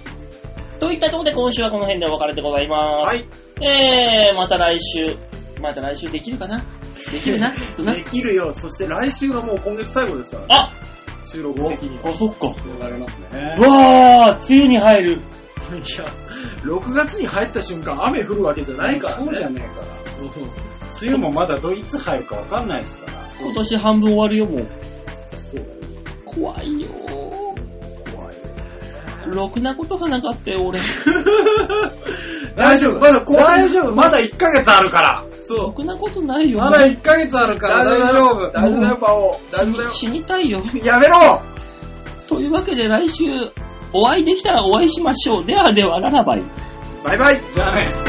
といったところで今週はこの辺でお別れでございます。はい。また来週できるかな？できるな？きっとな。 できるよ。そして来週がもう今月最後ですからね。収録的に。 そっか。 広がりますね。 わー、梅雨に入る。 6月に入った瞬間雨降るわけじゃないからね。 そうじゃねえから。梅雨もまだいつ入るかわかんないですから。 今年半分終わるよ、もう。 そう。 怖いよ。 怖いよ。 ろくなことがなかったよ、俺。 大丈夫。 大丈夫。まだ1ヶ月あるから。 そう。 ろくなことないよ。 まだ1ヶ月あるから大丈夫。 大丈夫だよ、パオ。大丈夫だよ。 死にたいよ。 やめろ。 というわけで来週、お会いできたらお会いしましょう。ではでは、ララバイ。 バイバイ。 じゃあね。